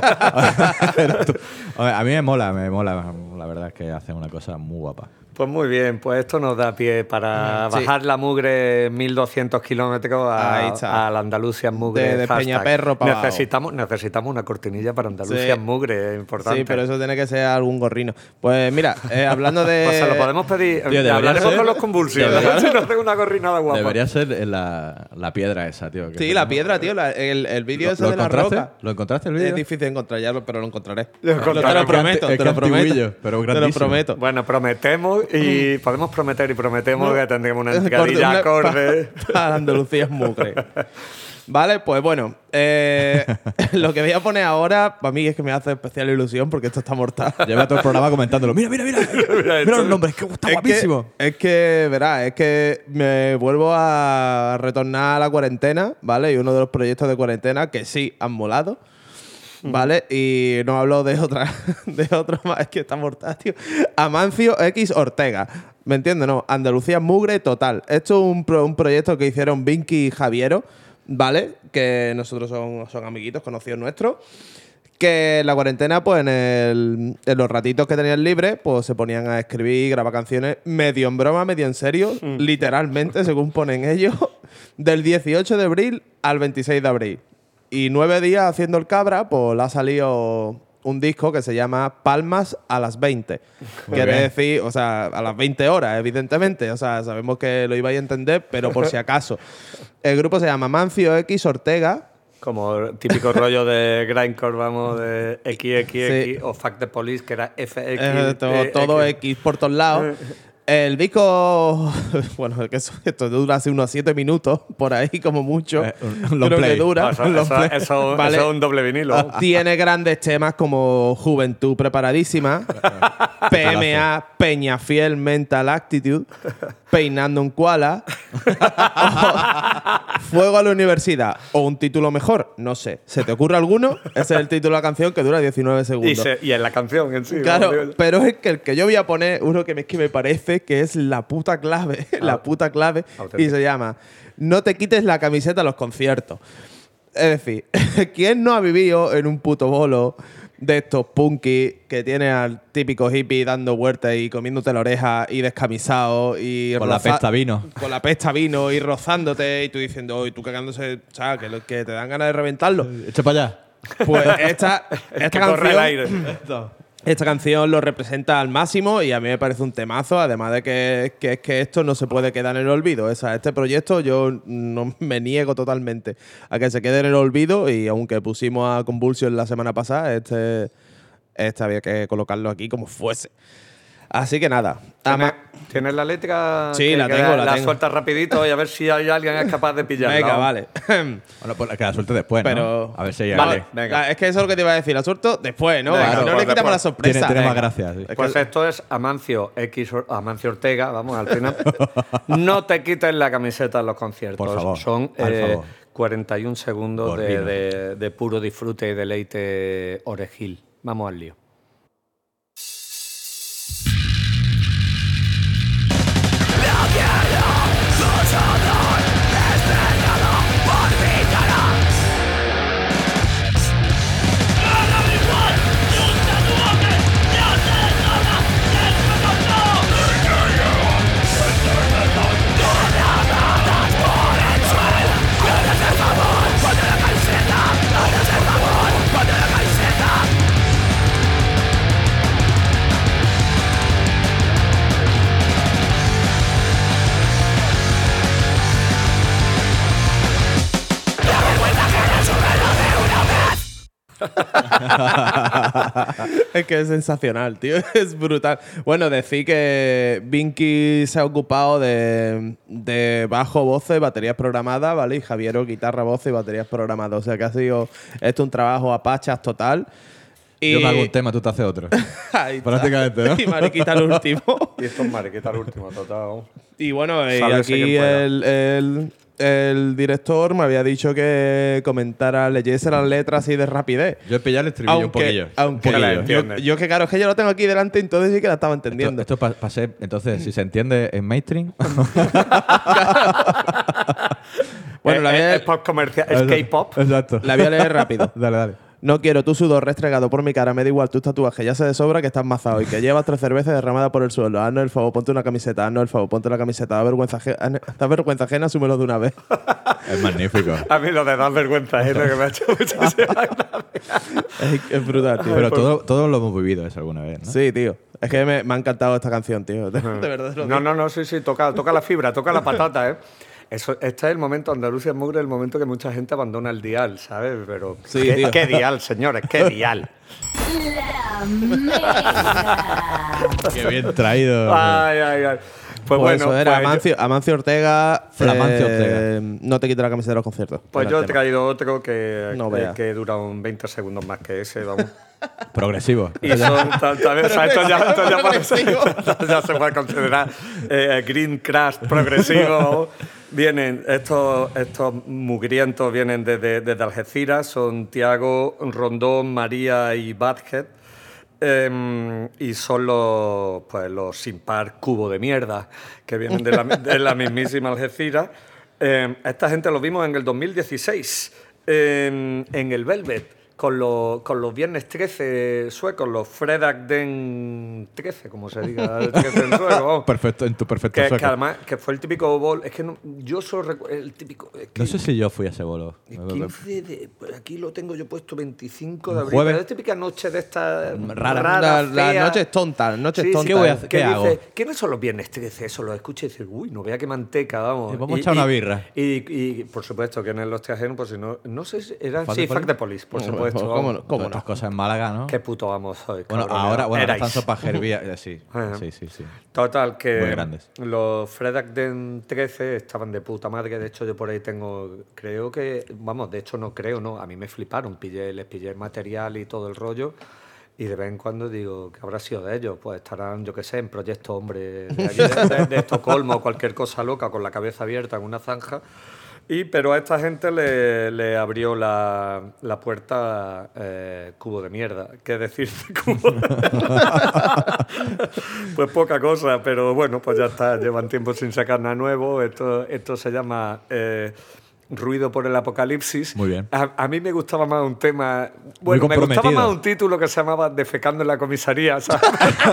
Eres tú. Hombre, a mí me mola, me mola. La verdad es que hace una cosa muy guapa. Pues muy bien, pues esto nos da pie para Sí. bajar la mugre mil doscientos kilómetros Ahí a, está. a la Andalucía Mugre. De- de hashtag. Peñaperro pa' abajo. necesitamos, necesitamos una cortinilla para Andalucía Sí. Mugre, es importante. Sí, pero eso tiene que ser algún gorrino. Pues mira, eh, hablando de. Pues se lo podemos pedir. Tío, debería Hablaremos ser- con los convulsiones. debería- A ver si nos hacen una gorrinada guapa. Debería ser en la, la piedra esa, tío. que Sí, se- la piedra, tío. la- el el vídeo ¿Lo, ese lo de la encontraste? roca. ¿Lo encontraste el Es vídeo? difícil de encontrar, ya, lo- pero lo encontraré. Lo Te encontraré. lo prometo, Es te lo prometo. antiguillo, pero Te lo grandísimo. prometo. Bueno, prometemos y podemos prometer y prometemos que tendremos una entradilla Una- acorde. pa- Para Andalucía es mugre. Vale, pues bueno, eh, lo que voy a poner ahora, para mí es que me hace especial ilusión porque esto está mortal. Lleva todo el programa comentándolo. Mira, mira, mira. mira los nombres, que está Es guapísimo. que, es que, verás, es que me vuelvo a retornar a la cuarentena, ¿vale? Y uno de los proyectos de cuarentena que sí han molado, ¿vale? Y no hablo de otra, de otro más, es que está mortal, tío. Amancio X Ortega. ¿Me entiendes? No, Andalucía Mugre total. Esto es un, pro- un proyecto que hicieron Vinky y Javiero, ¿vale? Que nosotros son, son amiguitos, conocidos nuestros. Que en la cuarentena, pues en, el- en los ratitos que tenían libres, pues se ponían a escribir, grabar canciones, medio en broma, medio en serio, literalmente, según ponen ellos, del dieciocho de abril al veintiséis de abril. Y nueve días haciendo el cabra, pues le ha salido un disco que se llama Palmas a las veinte. Muy Quiere bien. decir, o sea, a las veinte horas, evidentemente. O sea, sabemos que lo ibais a entender, pero por si acaso. El grupo se llama Mancio X Ortega. Como típico rollo de Grindcore, vamos, de X X X Sí. o Fuck the Police, que era F X. Eh, todo, eh, todo X. X por todos lados. El disco, bueno, es que eso- esto dura así unos siete minutos, por ahí como mucho. Eh, un- un long Creo play. que dura. Ah, eso, un long eso- play. eso- Vale. eso es un doble vinilo. Tiene grandes temas como Juventud Preparadísima, P M A, Peñafiel Mental Actitude, Peinando un Koala, Fuego a la Universidad o un título mejor, no sé. ¿Se te ocurre alguno? Ese es el título de la canción que dura diecinueve Y, segundos. se- y en la canción en sí. Claro, vamos, pero es que el que yo voy a poner, uno que me, que me parece que es la puta clave, la puta clave, Auténtico. y se llama No te quites la camiseta a los conciertos. Es decir, ¿quién no ha vivido en un puto bolo de estos punky que tiene al típico hippie dando vueltas y comiéndote la oreja y descamisado y Con la roza- pesta vino. con la pesta vino y rozándote y tú diciendo, oye, tú cagándose, o sea, que, lo- que te dan ganas de reventarlo? Echa para allá. Pues esta, esta que corre el aire. esta canción lo representa al máximo y a mí me parece un temazo, además de que, que es que esto no se puede quedar en el olvido. O sea, este proyecto yo no me niego totalmente a que se quede en el olvido y aunque pusimos a Convulsion la semana pasada, este, este había que colocarlo aquí como fuese. Así que nada. ¿Tienes, ama- tienes la letra? Sí, Que- la que tengo, la La tengo. sueltas rapidito y a ver si hay alguien que es capaz de pillarla. Venga, vale. Bueno, pues que la suelte después, ¿no? Pero- A ver si hay Vale. alguien. venga. Ah, es que eso es lo que te iba a decir. La suelto después, ¿no? Venga, Venga, no pues le quitamos después. la sorpresa. Tiene, tiene más Venga. gracia, sí. Es Pues que- esto es Amancio X Or- Amancio Ortega, vamos, al final. No te quites la camiseta en los conciertos. Por favor, Son al eh, favor. cuarenta y un segundos de, Gorrino. de- de puro disfrute y deleite orejil. Vamos al lío. Nada da igual, no Es que es sensacional, tío. Es brutal. Bueno, decir que Vinky se ha ocupado de, de bajo, voces, baterías programadas, ¿vale? Y Javiero, guitarra, voces y baterías programadas. O sea que ha sido esto un trabajo a pachas total. Y... Yo me hago un tema, tú te haces otro. Ahí está. Prácticamente, ¿no? Y Mariquita el último. Y esto es mariquita el último, total. Y bueno, y Sálvese aquí quien pueda. el, el, el director me había dicho que comentara, leyese las letras así de rapidez. Yo he pillado el estribillo un poquillo. Aunque Un poquillo. yo, entiendes. yo que claro, es que yo lo tengo aquí delante, entonces sí que la estaba entendiendo. Esto, esto para ser, entonces, si se entiende en mainstream. Bueno, la voy a- es pop comercial, es K-pop. Exacto. La voy a leer rápido. Dale, dale. No quiero tu sudor restregado por mi cara, me da igual tus tatuajes, ya sé de sobra que estás mazado y que llevas tres cervezas derramadas por el suelo. Haznos el favor, ponte una camiseta, haznos el favor, ponte una camiseta. Da vergüenza, aje- da vergüenza ajena, asúmelo de una vez. Es magnífico. A mí lo de dar vergüenza es lo que me ha hecho muchísima gracia. Es, es brutal, tío. Pero todo, todos lo hemos vivido eso alguna vez, ¿no? Sí, tío. Es que me, me ha encantado esta canción, tío. De, de verdad. te lo No, digo. no, no, sí, sí, toca, toca la fibra, toca la patata, ¿eh? Eso, este es el momento, Andalucía es mugre, el momento que mucha gente abandona el dial, ¿sabes? Pero, Sí, ¿qué, tío. ¿qué dial, señores? ¿Qué dial? La Mega. Qué bien traído. Ay, ay, ay. Pues, Pues bueno, eso era pues yo- Amancio, Amancio Ortega. Flamancio eh, Ortega. No te quita la camiseta de los conciertos. pues Era yo el he tema. traído otro que, No que, veas. que dura un veinte segundos más que ese, vamos. Progresivo. Y son, ta- también, o sea, esto ya, esto ya puede ser- Progresivo. ya se puede considerar eh, green crash progresivo. Vienen, estos, estos mugrientos vienen desde, desde Algeciras, son Tiago, Rondón, María y Badhead. Eh, y son los, pues, los sin par cubo de mierda que vienen de la, de la mismísima Algeciras. Eh, esta gente lo vimos en el dos mil dieciséis en, en el Velvet con los, con los viernes trece suecos, los Fredag den trece, como se diga, el trece en sueco. vamos. Perfecto, en tu perfecto Que, que sueco. además que fue el típico bol. Es que no, yo solo recuerdo el típico. Es que No sé si yo fui a ese bolo. el quince de. Pues aquí lo tengo yo puesto veinticinco de abril. jueves. Pero es típica noche de esta. Rara. rara, La, la fea. noche es tonta, la noche Sí, es sí, tonta. ¿Qué voy a hacer? que ¿Qué dice, hago? ¿quiénes son los viernes trece? Eso lo escucha y dice, uy, no vea qué manteca, vamos. Sí, vamos a echar una birra. Y, y, por supuesto, ¿quiénes los trajeron? Pues si no, no sé si eran. ¿Fuck Sí, the Fuck Police? the Police, por Bueno, supuesto. ¿cómo vamos. no? ¿Cómo Estas no? cosas en Málaga, ¿no? Qué puto vamos hoy. Bueno, cabrones. ahora, bueno, ahora Erais. están sopas hervidas. eh, Sí, Ajá. sí, sí, sí. Total, que Muy grandes. los Fredag den trece estaban de puta madre. De hecho, yo por ahí tengo, creo que, vamos, de hecho no creo, no, a mí me fliparon. Pillé, les pillé el material y todo el rollo. Y de vez en cuando digo, ¿qué habrá sido de ellos? Pues estarán, yo qué sé, en Proyecto Hombre de, allí de, de- de Estocolmo o cualquier cosa loca con la cabeza abierta en una zanja. Y, pero a esta gente le, le abrió la, la puerta eh, Cubo de Mierda. ¿Qué decir de Cubo de Mierda? Pues poca cosa, pero bueno, pues ya está. Llevan tiempo sin sacar nada nuevo. Esto, esto se llama eh, Ruido por el Apocalipsis. Muy bien. A, a mí me gustaba más un tema... Bueno, me gustaba comprometido. más un título que se llamaba Defecando en la comisaría, ¿sabes?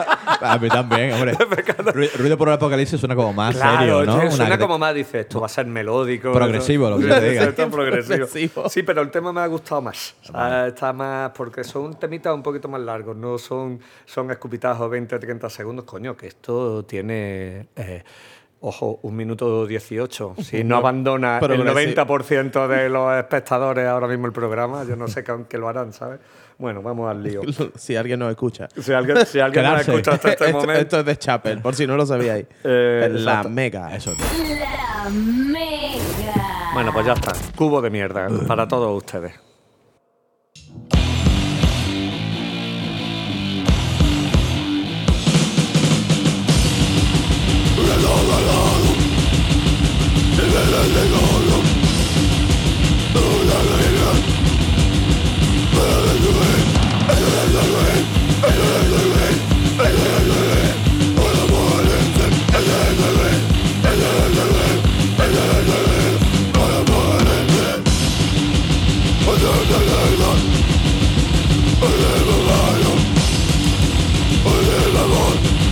A mí también, hombre. Ru- Ruido por el apocalipsis suena como más serio, ¿no? Suena Una- como más, dice, esto va a ser melódico. Progresivo, esto- lo que te diga. Esto es progresivo. Progresivo. Sí, pero el tema me ha gustado más. O sea, está más... Porque son temitas un poquito más largos, no son, son escupitajos veinte o treinta segundos. Coño, que esto tiene... eh, ojo, un minuto dieciocho. Si no abandona el Progresivo. noventa por ciento de los espectadores ahora mismo el programa, yo no sé con qué lo harán, ¿sabes? Bueno, vamos al lío. Si alguien nos escucha. Si alguien, si alguien nos Quedarse. escucha hasta este esto, momento... esto es de Chapel, por si no lo sabíais. Eh, la exacto. mega. Eso. La Mega. Bueno, pues ya está. Cubo de mierda para todos ustedes.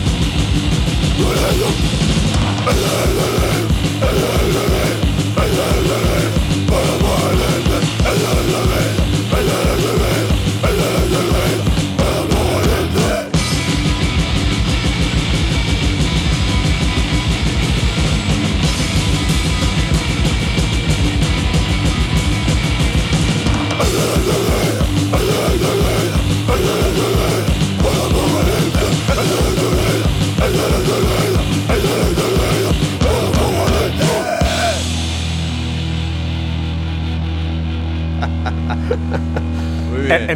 Hey,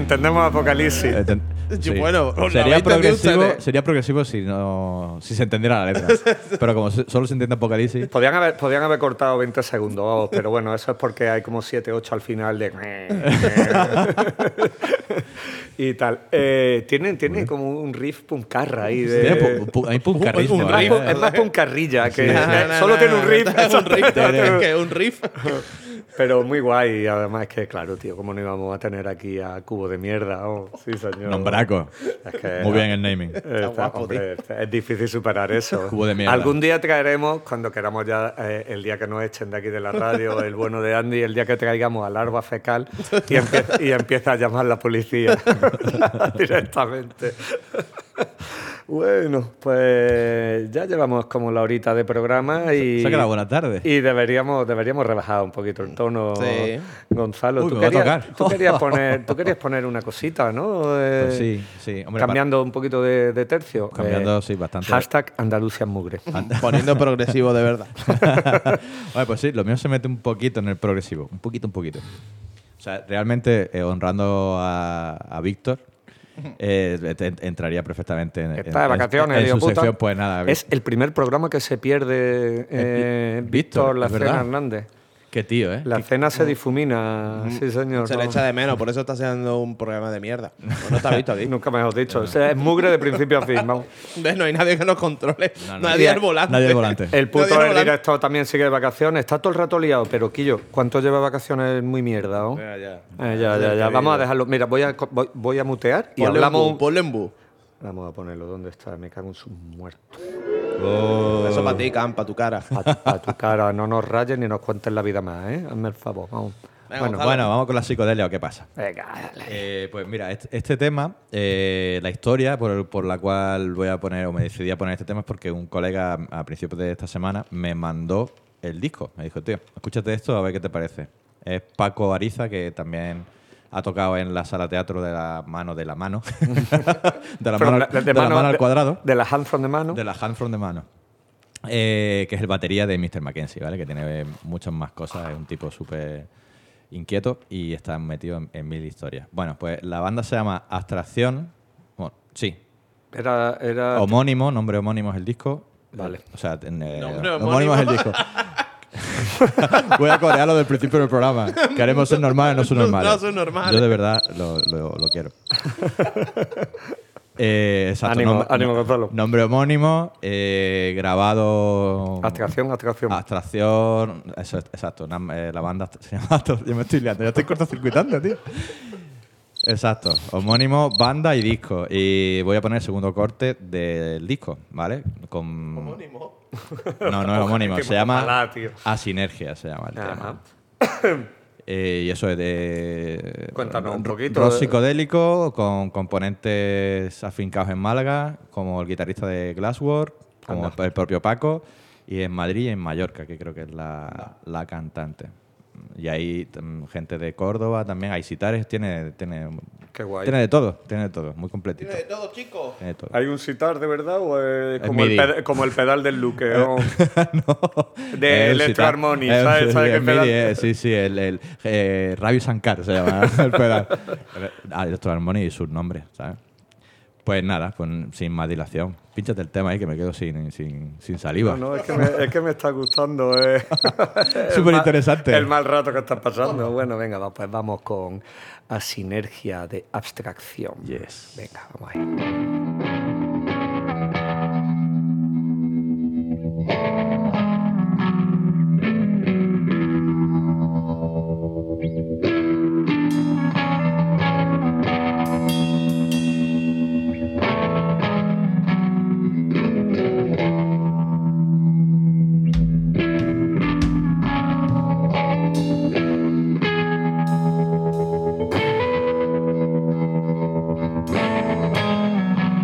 entendemos Apocalipsis. Enten- Sí, sí. bueno, ¿lo sería habéis entendido progresivo, ustedes? sería progresivo si no si se entendiera la letra. Pero como se- solo se entiende Apocalipsis, Podían haber, podían haber cortado veinte segundos, vamos, pero bueno, eso es porque hay como siete, ocho al final de... y tal. Eh, tienen tienen como un riff puncarra ahí de... tiene pu- pu- hay puncarrismo. un es, más, ¿eh? pu- es más puncarrilla, que No, eh, no, solo no, tiene no, un riff. no, es un riff, Tiene- ¿qué? ¿Un riff? Pero muy guay, y además que, claro, tío, ¿cómo no íbamos a tener aquí a Cubo de Mierda? Oh, sí, señor. Nombraco. Es que- Muy bien el naming. Eh, está- guapo, hombre, es difícil superar eso. Cubo de mierda. Algún día traeremos, cuando queramos ya, eh, el día que nos echen de aquí de la radio, el bueno de Andy, el día que traigamos a larva fecal y, empie- y empieza a llamar la policía directamente. Bueno, pues ya llevamos como la horita de programa y, Se ha quedado buena tarde. y deberíamos, deberíamos rebajar un poquito el tono. Sí. Gonzalo, Uy, tú, me va a querías, tocar. tú querías poner, tú querías poner una cosita, ¿no? Eh, Pues sí, sí. Hombre, cambiando un poquito de, de tercio. Cambiando, Eh, sí, bastante. Hashtag Andalucía Mugre. Poniendo progresivo de verdad. Vale, pues sí, lo mío se mete un poquito en el progresivo. Un poquito, un poquito. O sea, realmente, eh, honrando a, a Víctor, eh, te- entraría perfectamente en, Que en- está de en- vacaciones, en hijo su puta. sección. Pues nada, Es el primer programa que se pierde eh, Vi- Víctor Víctor, La es Cena verdad. Hernández. qué tío, ¿eh? La cena se difumina, sí señor. Se le no. echa de menos, por eso está haciendo un programa de mierda. Pues no está visto aquí. Nunca mejor dicho. O sea, es mugre de principio a fin. Vamos. ¿Ves? No hay nadie que nos controle. No, no. Nadie Y- al volante. Nadie al volante. El Nadie puto al del volante. director también sigue de vacaciones. Está todo el rato liado, pero Quillo, ¿cuánto lleva de vacaciones? Muy mierda, ¿no? Ya, ya. Eh, ya, ya, ya. Vamos a dejarlo. Mira, voy a, co- voy, voy a mutear y Ponle en hablamos. bu, ponle en bu. Vamos a ponerlo. ¿Dónde está? Me cago en sus muertos. Oh. Eso para ti, Cam, para tu cara. A tu cara, no nos rayes ni nos cuentes la vida más, ¿eh? Hazme el favor. Vamos. Venga, Bueno, Gonzalo. Bueno, vamos con la psicodelia o qué pasa. venga, dale. Eh, pues mira, este, este tema, eh, la historia por, por la cual voy a poner, o me decidí a poner este tema es porque un colega a principios de esta semana me mandó el disco. Me dijo, tío, escúchate esto a ver qué te parece. Es Paco Ariza, que también ha tocado en la sala teatro de la mano de la mano. de la Pero mano, de- de de la mano- mano al de- cuadrado. De la hand from the mano. De la hand from the mano. Eh, que es el batería de mister Mackenzie, ¿vale? Que tiene muchas más cosas, es un tipo súper inquieto y está metido en, en mil historias. Bueno, pues la banda se llama Abstracción. Bueno, sí. Era, era Homónimo, nombre homónimo es el disco. Vale. O sea, en, eh, Nombre homónimo homónimo. es el disco. Voy a corearlo del principio del programa. Queremos ser normales, no son normales. No son normales. Yo de verdad lo, lo- lo quiero. Eh, exacto, Ánimo, nom- ánimo, no- Gonzalo. Nombre homónimo, eh, grabado. abstracción, abstracción. Abstracción. Eso, es- exacto. nam- eh, la banda se llama. Abstracción. Yo me estoy liando, ya estoy cortocircuitando, tío. Exacto. Homónimo, banda y disco. Y voy a poner el segundo corte del disco, ¿vale? Con... Homónimo. No, no es homónimo. Qué Se llama mala, tío. Asinergia, se llama el Ajá. tema. Eh, y eso es de. Cuéntanos un ro- poquito Rock de- psicodélico con componentes afincados en Málaga, como el guitarrista de Glasswork, como Anda. el propio Paco, y en Madrid y en Mallorca, que creo que es la, la cantante. Y ahí mm, gente de Córdoba también, hay sitares, tiene, tiene, Qué guay. tiene de todo, tiene de todo, muy completito. Tiene de todo, chicos. Tiene de todo. ¿Hay un sitar de verdad o es Es como, el, MIDI. ped- como el pedal del Luque? ¿no? No. De El Electro sitar. Harmony, Eh, ¿sabes? sí, ¿Sabes qué el pedal? MIDI, eh, sí, sí, el, el eh, Ravi Shankar se llama el pedal. Ah, Electro Harmony y sus nombres, ¿sabes? Pues nada, pues sin más dilación. Pínchate el tema ahí que me quedo sin, sin, sin saliva. No, no, es que me, es que me está gustando. Eh. El Súper mal- interesante. El mal rato que estás pasando. Bueno, venga, va, pues vamos con Asinergia de Abstracción. Yes. Venga, vamos ahí. Thank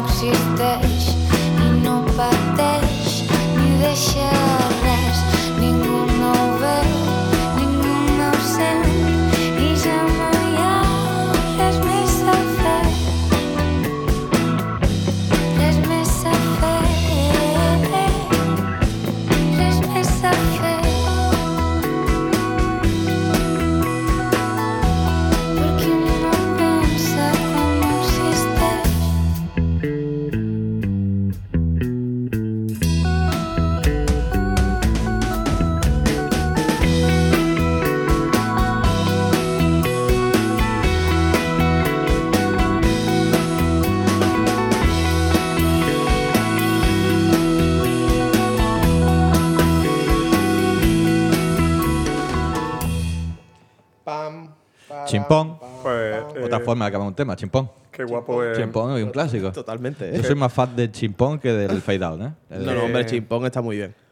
existeix i no pateix ni deixa res. Ningú no ho veu, ningú no ho sent i ja no hi ha res més a fer. Res més a fer. Res més a fer. Perquè no pensa que no existeix. Pam, param, Chimpón. pam, Pues, pam. eh, Otra forma de acabar un tema, chimpón. Qué guapo es. Chimpón es un clásico. Totalmente, ¿eh? Yo soy más fan del chimpón que del fade out, ¿eh? El- No, no, hombre, el chimpón está muy bien.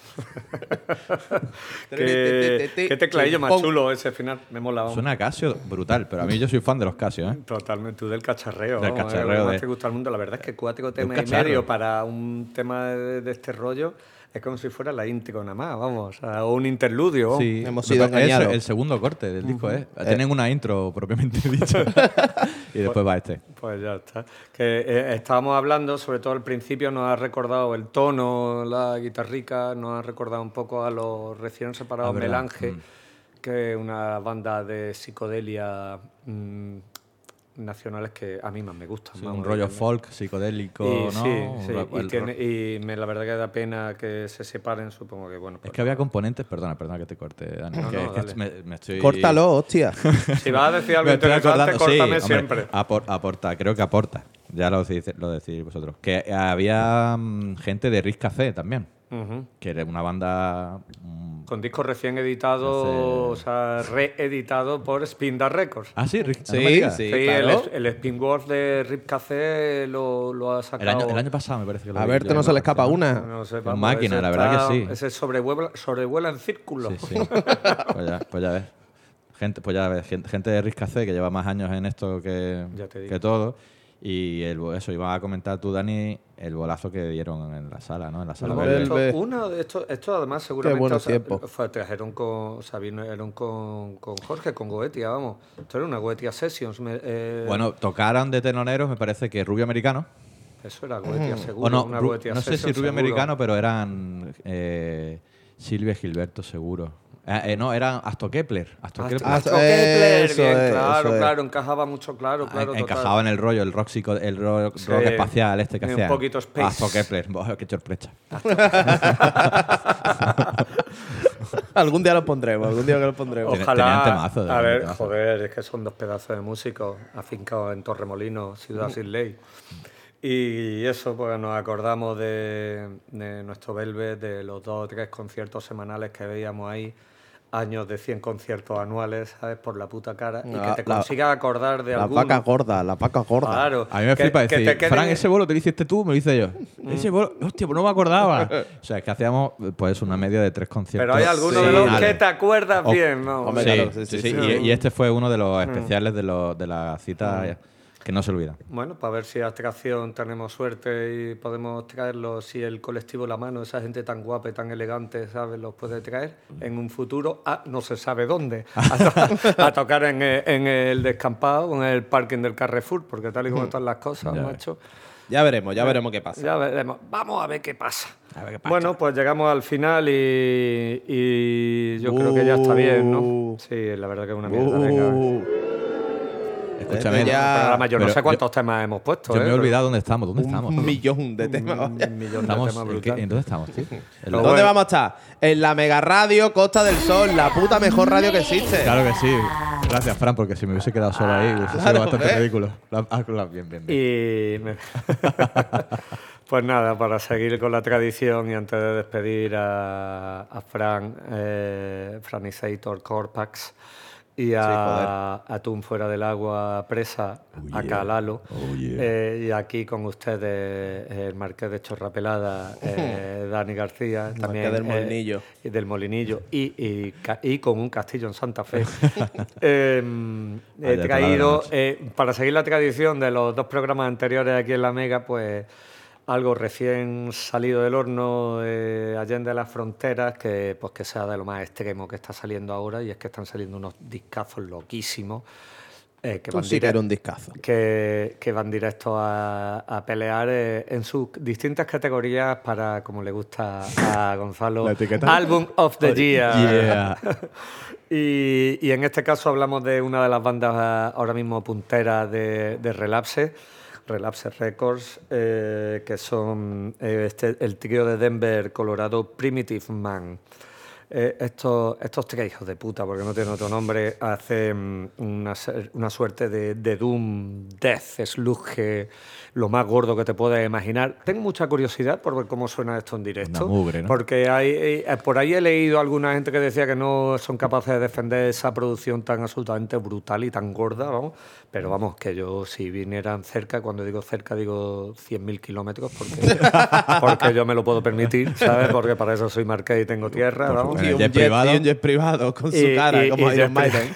Qué, qué tecladillo más Chimpón. chulo ese final. Me mola. vamos. Suena a Casio brutal, pero a mí yo soy fan de los Casios, ¿eh? Totalmente, tú del cacharreo. Del vamos, cacharreo es lo que de- más te gusta al mundo. La verdad es que cuatro temas y cacharro. medio para un tema de, de este rollo es como si fuera la intro nada más, vamos. O, sea, o un interludio. vamos. Sí, Hemos me sido parece engañados. el segundo corte del disco, ¿eh? Tienen una intro propiamente dicha. Y después va este. Pues ya está. Que eh, estábamos hablando, sobre todo al principio, nos ha recordado el tono, la guitarrica, nos ha recordado un poco a los recién separados Ah, verdad. Melange, Mm. que es una banda de psicodelia mm, nacionales que a mí más me gustan. Sí, vamos, un rollo que me- folk, psicodélico, Y, ¿no? sí, Un sí, ro- y, el tiene- ro- y me, la verdad que da pena que se separen, supongo que bueno. Es pues que había nada. componentes, perdona, perdona que te corte, Dani. No, que, no, que dale. me, me estoy... Córtalo, hostia. Si vas a decir algo Me estoy interesante, acordando, sí, córtame hombre, siempre. apor- aporta, creo que aporta. Ya lo decís, lo decís vosotros. Que había mm, gente de Riz Café también, Ujú. que era una banda... mm, Con disco recién editado, o sea, reeditado por Spinda Records. Ah, sí, Riz Sí, no me digas. sí. Sí, el, claro. el Spin Wolf de Rip Café lo, lo ha El sacado. año, el año pasado me parece que lo A vi verte yo, no se le me escapa parece, una. No sé, Con vamos, máquina, ese la verdad está- que sí. Ese sobrevuela, sobrevuela en círculo. Sí, sí. pues, ya, pues ya ves. Gente, pues ya ves, gente, gente de Riz Café que lleva más años en esto que, Ya te digo. que todo. Y el, bo- eso, iba a comentar tú, Dani, el bolazo que dieron en la sala, ¿no? En la sala Luego, verde. esto, Verde. uno de estos, esto además seguramente buenos o sea, tiempos. fue- trajeron con, o sea, vinieron con, con Jorge, con Goetia, vamos. Esto era una Goetia Sessions. me- eh, Bueno, tocaron de tenoneros, me parece que Rubio Americano. eso era Goetia seguro. O no, una Ru- Goetia no sé si Sessions Rubio seguro. Americano, pero eran eh, Silvia y Gilberto, seguro. Eh, eh, no, eran Astor Kepler. Astor Astro Kepler. Ah, Astro Kepler, eso bien, es, claro, eso es. claro, encajaba mucho, claro, claro. En- total. encajaba en el rollo, el rock, psico- el rock, Sí. rock espacial este que Y un hacían. poquito space. Astor Kepler. Buah, qué sorpresa. Algún día lo pondremos, algún día que lo pondremos. Tiene- Ojalá. tenían temazo, de a ver, temazo. joder, es que son dos pedazos de músicos afincados en Torremolinos, ciudad sin ley. Y eso, pues nos acordamos de, de nuestro Velvet, de los dos o tres conciertos semanales que veíamos ahí, años de cien conciertos anuales, ¿sabes? Por la puta cara. Y La- que te la- consigas acordar de La alguno. vaca gorda, la vaca gorda. Claro. A mí me que- flipa que decir, te queden- Fran, ese bolo te lo hiciste tú, me lo hice yo. Ese bolo, hostia, pues no me acordaba. O sea, es que hacíamos pues una media de tres conciertos. Pero hay alguno de los que te acuerdas Oh, bien, ¿no? hombre, Sí, claro, sí, sí, sí, sí, Y, sí. y este fue uno de los especiales de, los, de la cita que no se olvidan. Bueno, para ver si a abstracción tenemos suerte y podemos traerlo, si el colectivo La Mano, esa gente tan guapa y tan elegante, ¿sabes?, los puede traer en un futuro a no se sabe dónde, a, to- a tocar en el, en el descampado, en el parking del Carrefour, porque tal y como están las cosas, Ya macho. Ya veremos, ya veremos qué pasa. Ya veremos. Vamos a ver qué pasa. Bueno, pues llegamos al final y, y yo creo que ya está bien, ¿no? Uh. Sí, la verdad que es una mierda. venga. Uh, Escúchame, Desde ya- Programa, yo no pero sé cuántos yo- temas hemos puesto. yo me ¿eh? he olvidado dónde estamos. ¿Dónde estamos? un millón de temas. Un millón de Estamos, temas ¿en, qué- brutales. ¿En dónde estamos, tío? En la- ¿Dónde bueno. vamos a estar? En la mega radio Costa del Sol, la puta mejor radio que existe. Claro que sí. Gracias, Fran, porque si me hubiese quedado solo ahí, hubiese sido Claro, bastante ¿ves? ridículo. La- ah, la- bien, bien, bien. Y me- pues nada, para seguir con la tradición y antes de despedir a, a Fran, eh, Franisator Corpax, y a Atún fuera del agua, Presa, Oh, a yeah. Calalo. Oh, yeah. Eh, y aquí con ustedes el Marqués de Chorrapelada, eh, Dani García, también del eh, Molinillo. y del Molinillo y, y, ca- y con un castillo en Santa Fe. Eh, he Allá traído, toda la eh, para seguir la tradición de los dos programas anteriores aquí en La Mega, pues algo recién salido del horno, eh, Allende las Fronteras, que pues que sea de lo más extremo que está saliendo ahora, y es que están saliendo unos discazos loquísimos. eh, que, Tú van sí que direct- era un discazo. que, que van directos a, a pelear eh, en sus distintas categorías para, como le gusta a Gonzalo, La etiqueta. Album of the Year. Yeah. y, y en este caso hablamos de una de las bandas ah, ahora mismo punteras de, de Relapse, Relapse Records, eh, que son eh, este, el trío de Denver, Colorado, Primitive Man. Eh, estos, estos tres hijos de puta, porque no tienen otro nombre, hacen una, se- una suerte de, de doom, death, sludge, lo más gordo que te puedes imaginar. Tengo mucha curiosidad por ver cómo suena esto en directo. Una mugre, ¿no? Porque hay, eh, por ahí he leído a alguna gente que decía que no son capaces de defender esa producción tan absolutamente brutal y tan gorda, vamos. Pero vamos, que yo si vinieran cerca, cuando digo cerca digo cien mil kilómetros, porque, porque yo me lo puedo permitir, ¿sabes? Porque para eso soy marqués y tengo tierra, vamos. En Y el un, jet jet, privado. y un jet privado con su Y- cara, y- como y Iron jet pri- Maiden.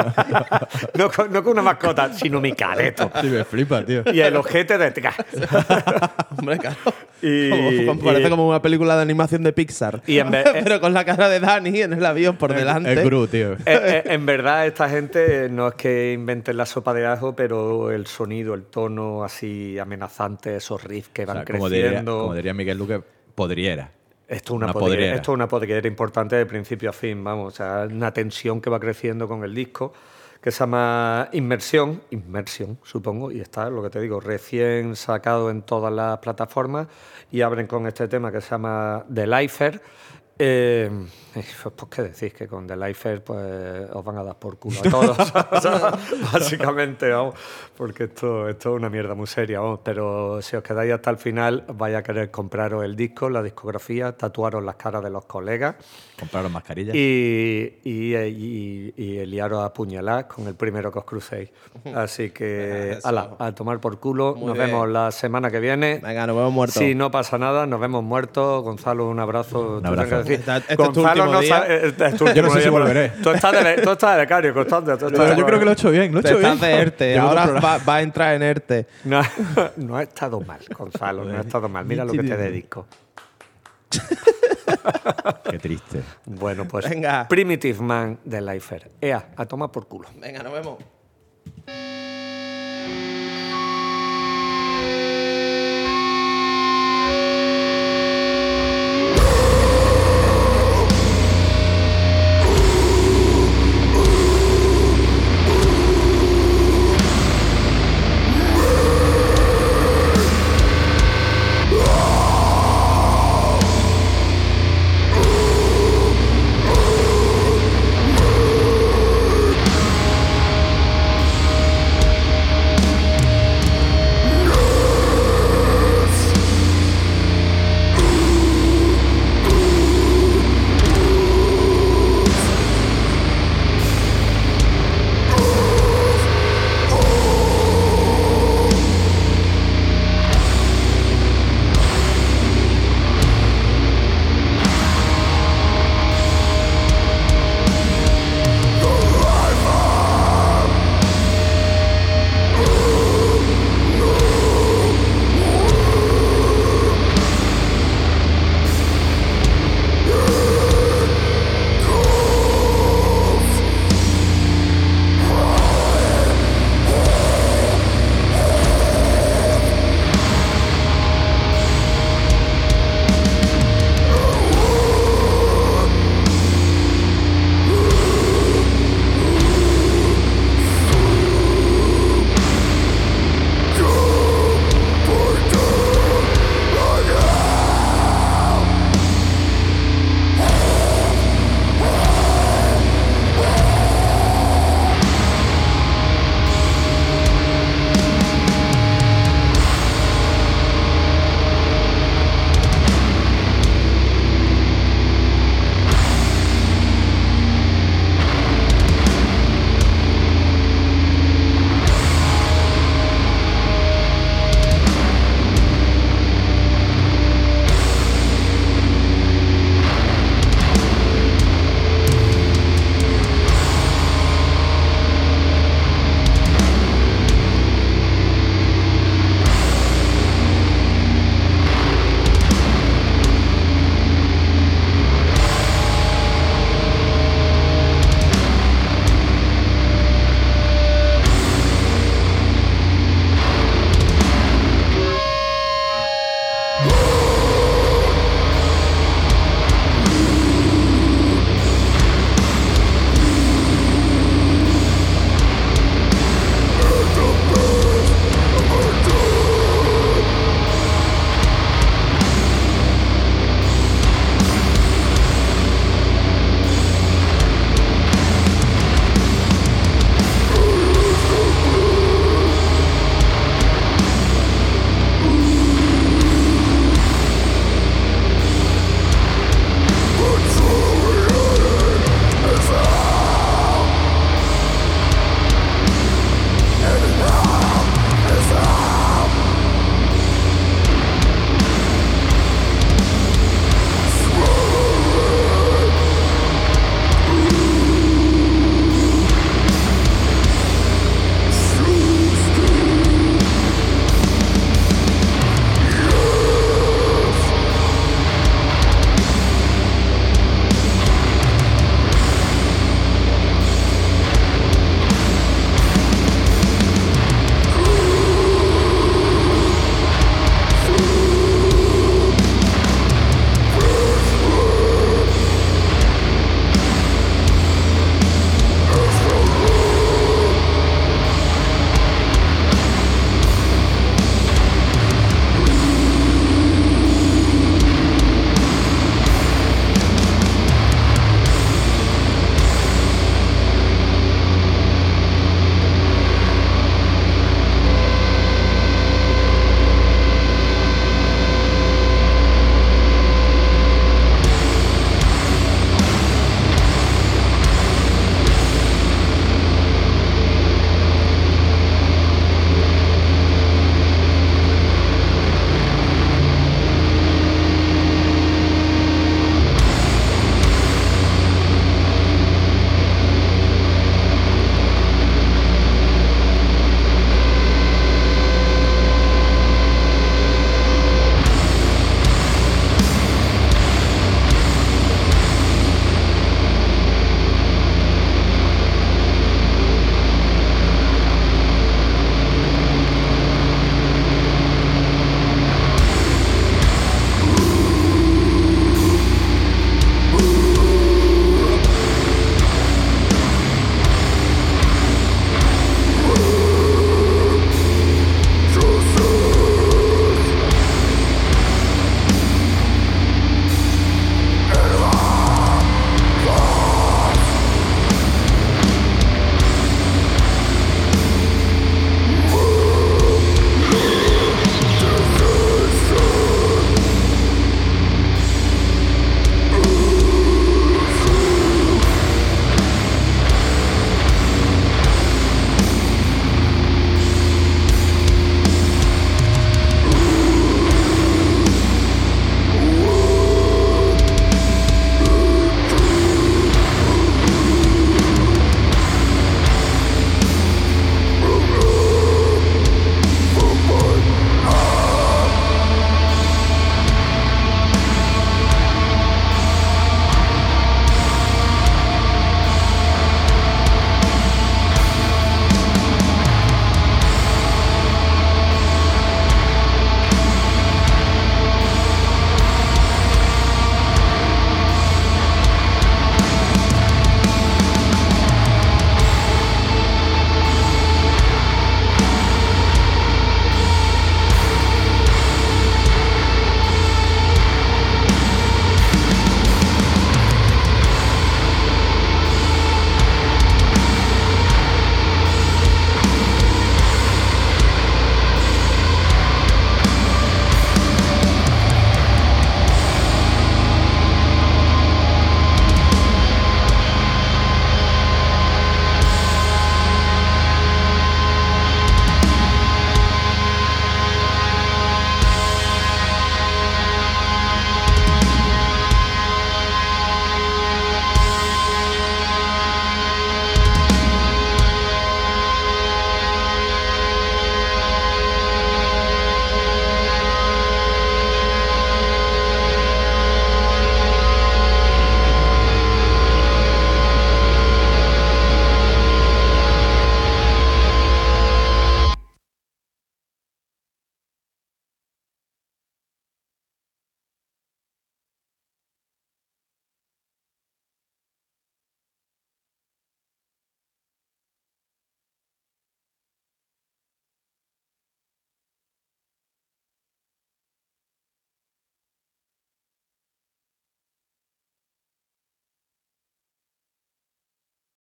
no, con, no con una mascota, sino mi careto. Sí, me flipa, tío. Y el ojete detrás. Hombre, claro. Y- Como- como- parece y- como una película de animación de Pixar. Y en vez- Pero con la cara de Dani en el avión por delante. Es Gru, tío. Eh, eh, en verdad, esta gente no es que inventen la sopa de ajo, pero el sonido, el tono así amenazante, esos riffs que O van sea, como, diría, creciendo. como diría Miguel Luque, podriera. Esto es una, una podriera, podriera. esto es una podriera importante de principio a fin, vamos. O sea, una tensión que va creciendo con el disco, que se llama Inmersión, Inmersión, supongo, y está, lo que te digo, recién sacado en todas las plataformas, y abren con este tema que se llama The Lifer. Eh, pues, pues qué decís, que con The Lifer pues os van a dar por culo a todos, o sea, básicamente, vamos, porque esto, esto es una mierda muy seria, vamos, pero si os quedáis hasta el final vais a querer compraros el disco, la discografía, tatuaros las caras de los colegas Compraron mascarillas. y, y, y, y liaros a puñalar con el primero que os crucéis. Así que, Eso. ala, a tomar por culo, Muy nos bien. vemos la semana que viene. Venga, nos vemos muertos. Si no pasa nada, nos vemos muertos. Gonzalo, un abrazo. Tú abrazo. tienes que decir, Esta- este es tu Gonzalo último no día. sabe- este es tu Yo no último sé si día, pero volveré. Tú estás de, tú estás de becario, constante. tú estás Pero de- yo creo que lo he hecho bien, lo he Te hecho bien. estás de ERTE. Llevo Ahora otro va, va a entrar en ERTE. No, no ha estado mal, Gonzalo, no ha estado mal. Mira lo que te dedico. Qué triste. Bueno, pues Venga. Primitive Man de Lifer. Ea, a tomar por culo. Venga, nos vemos.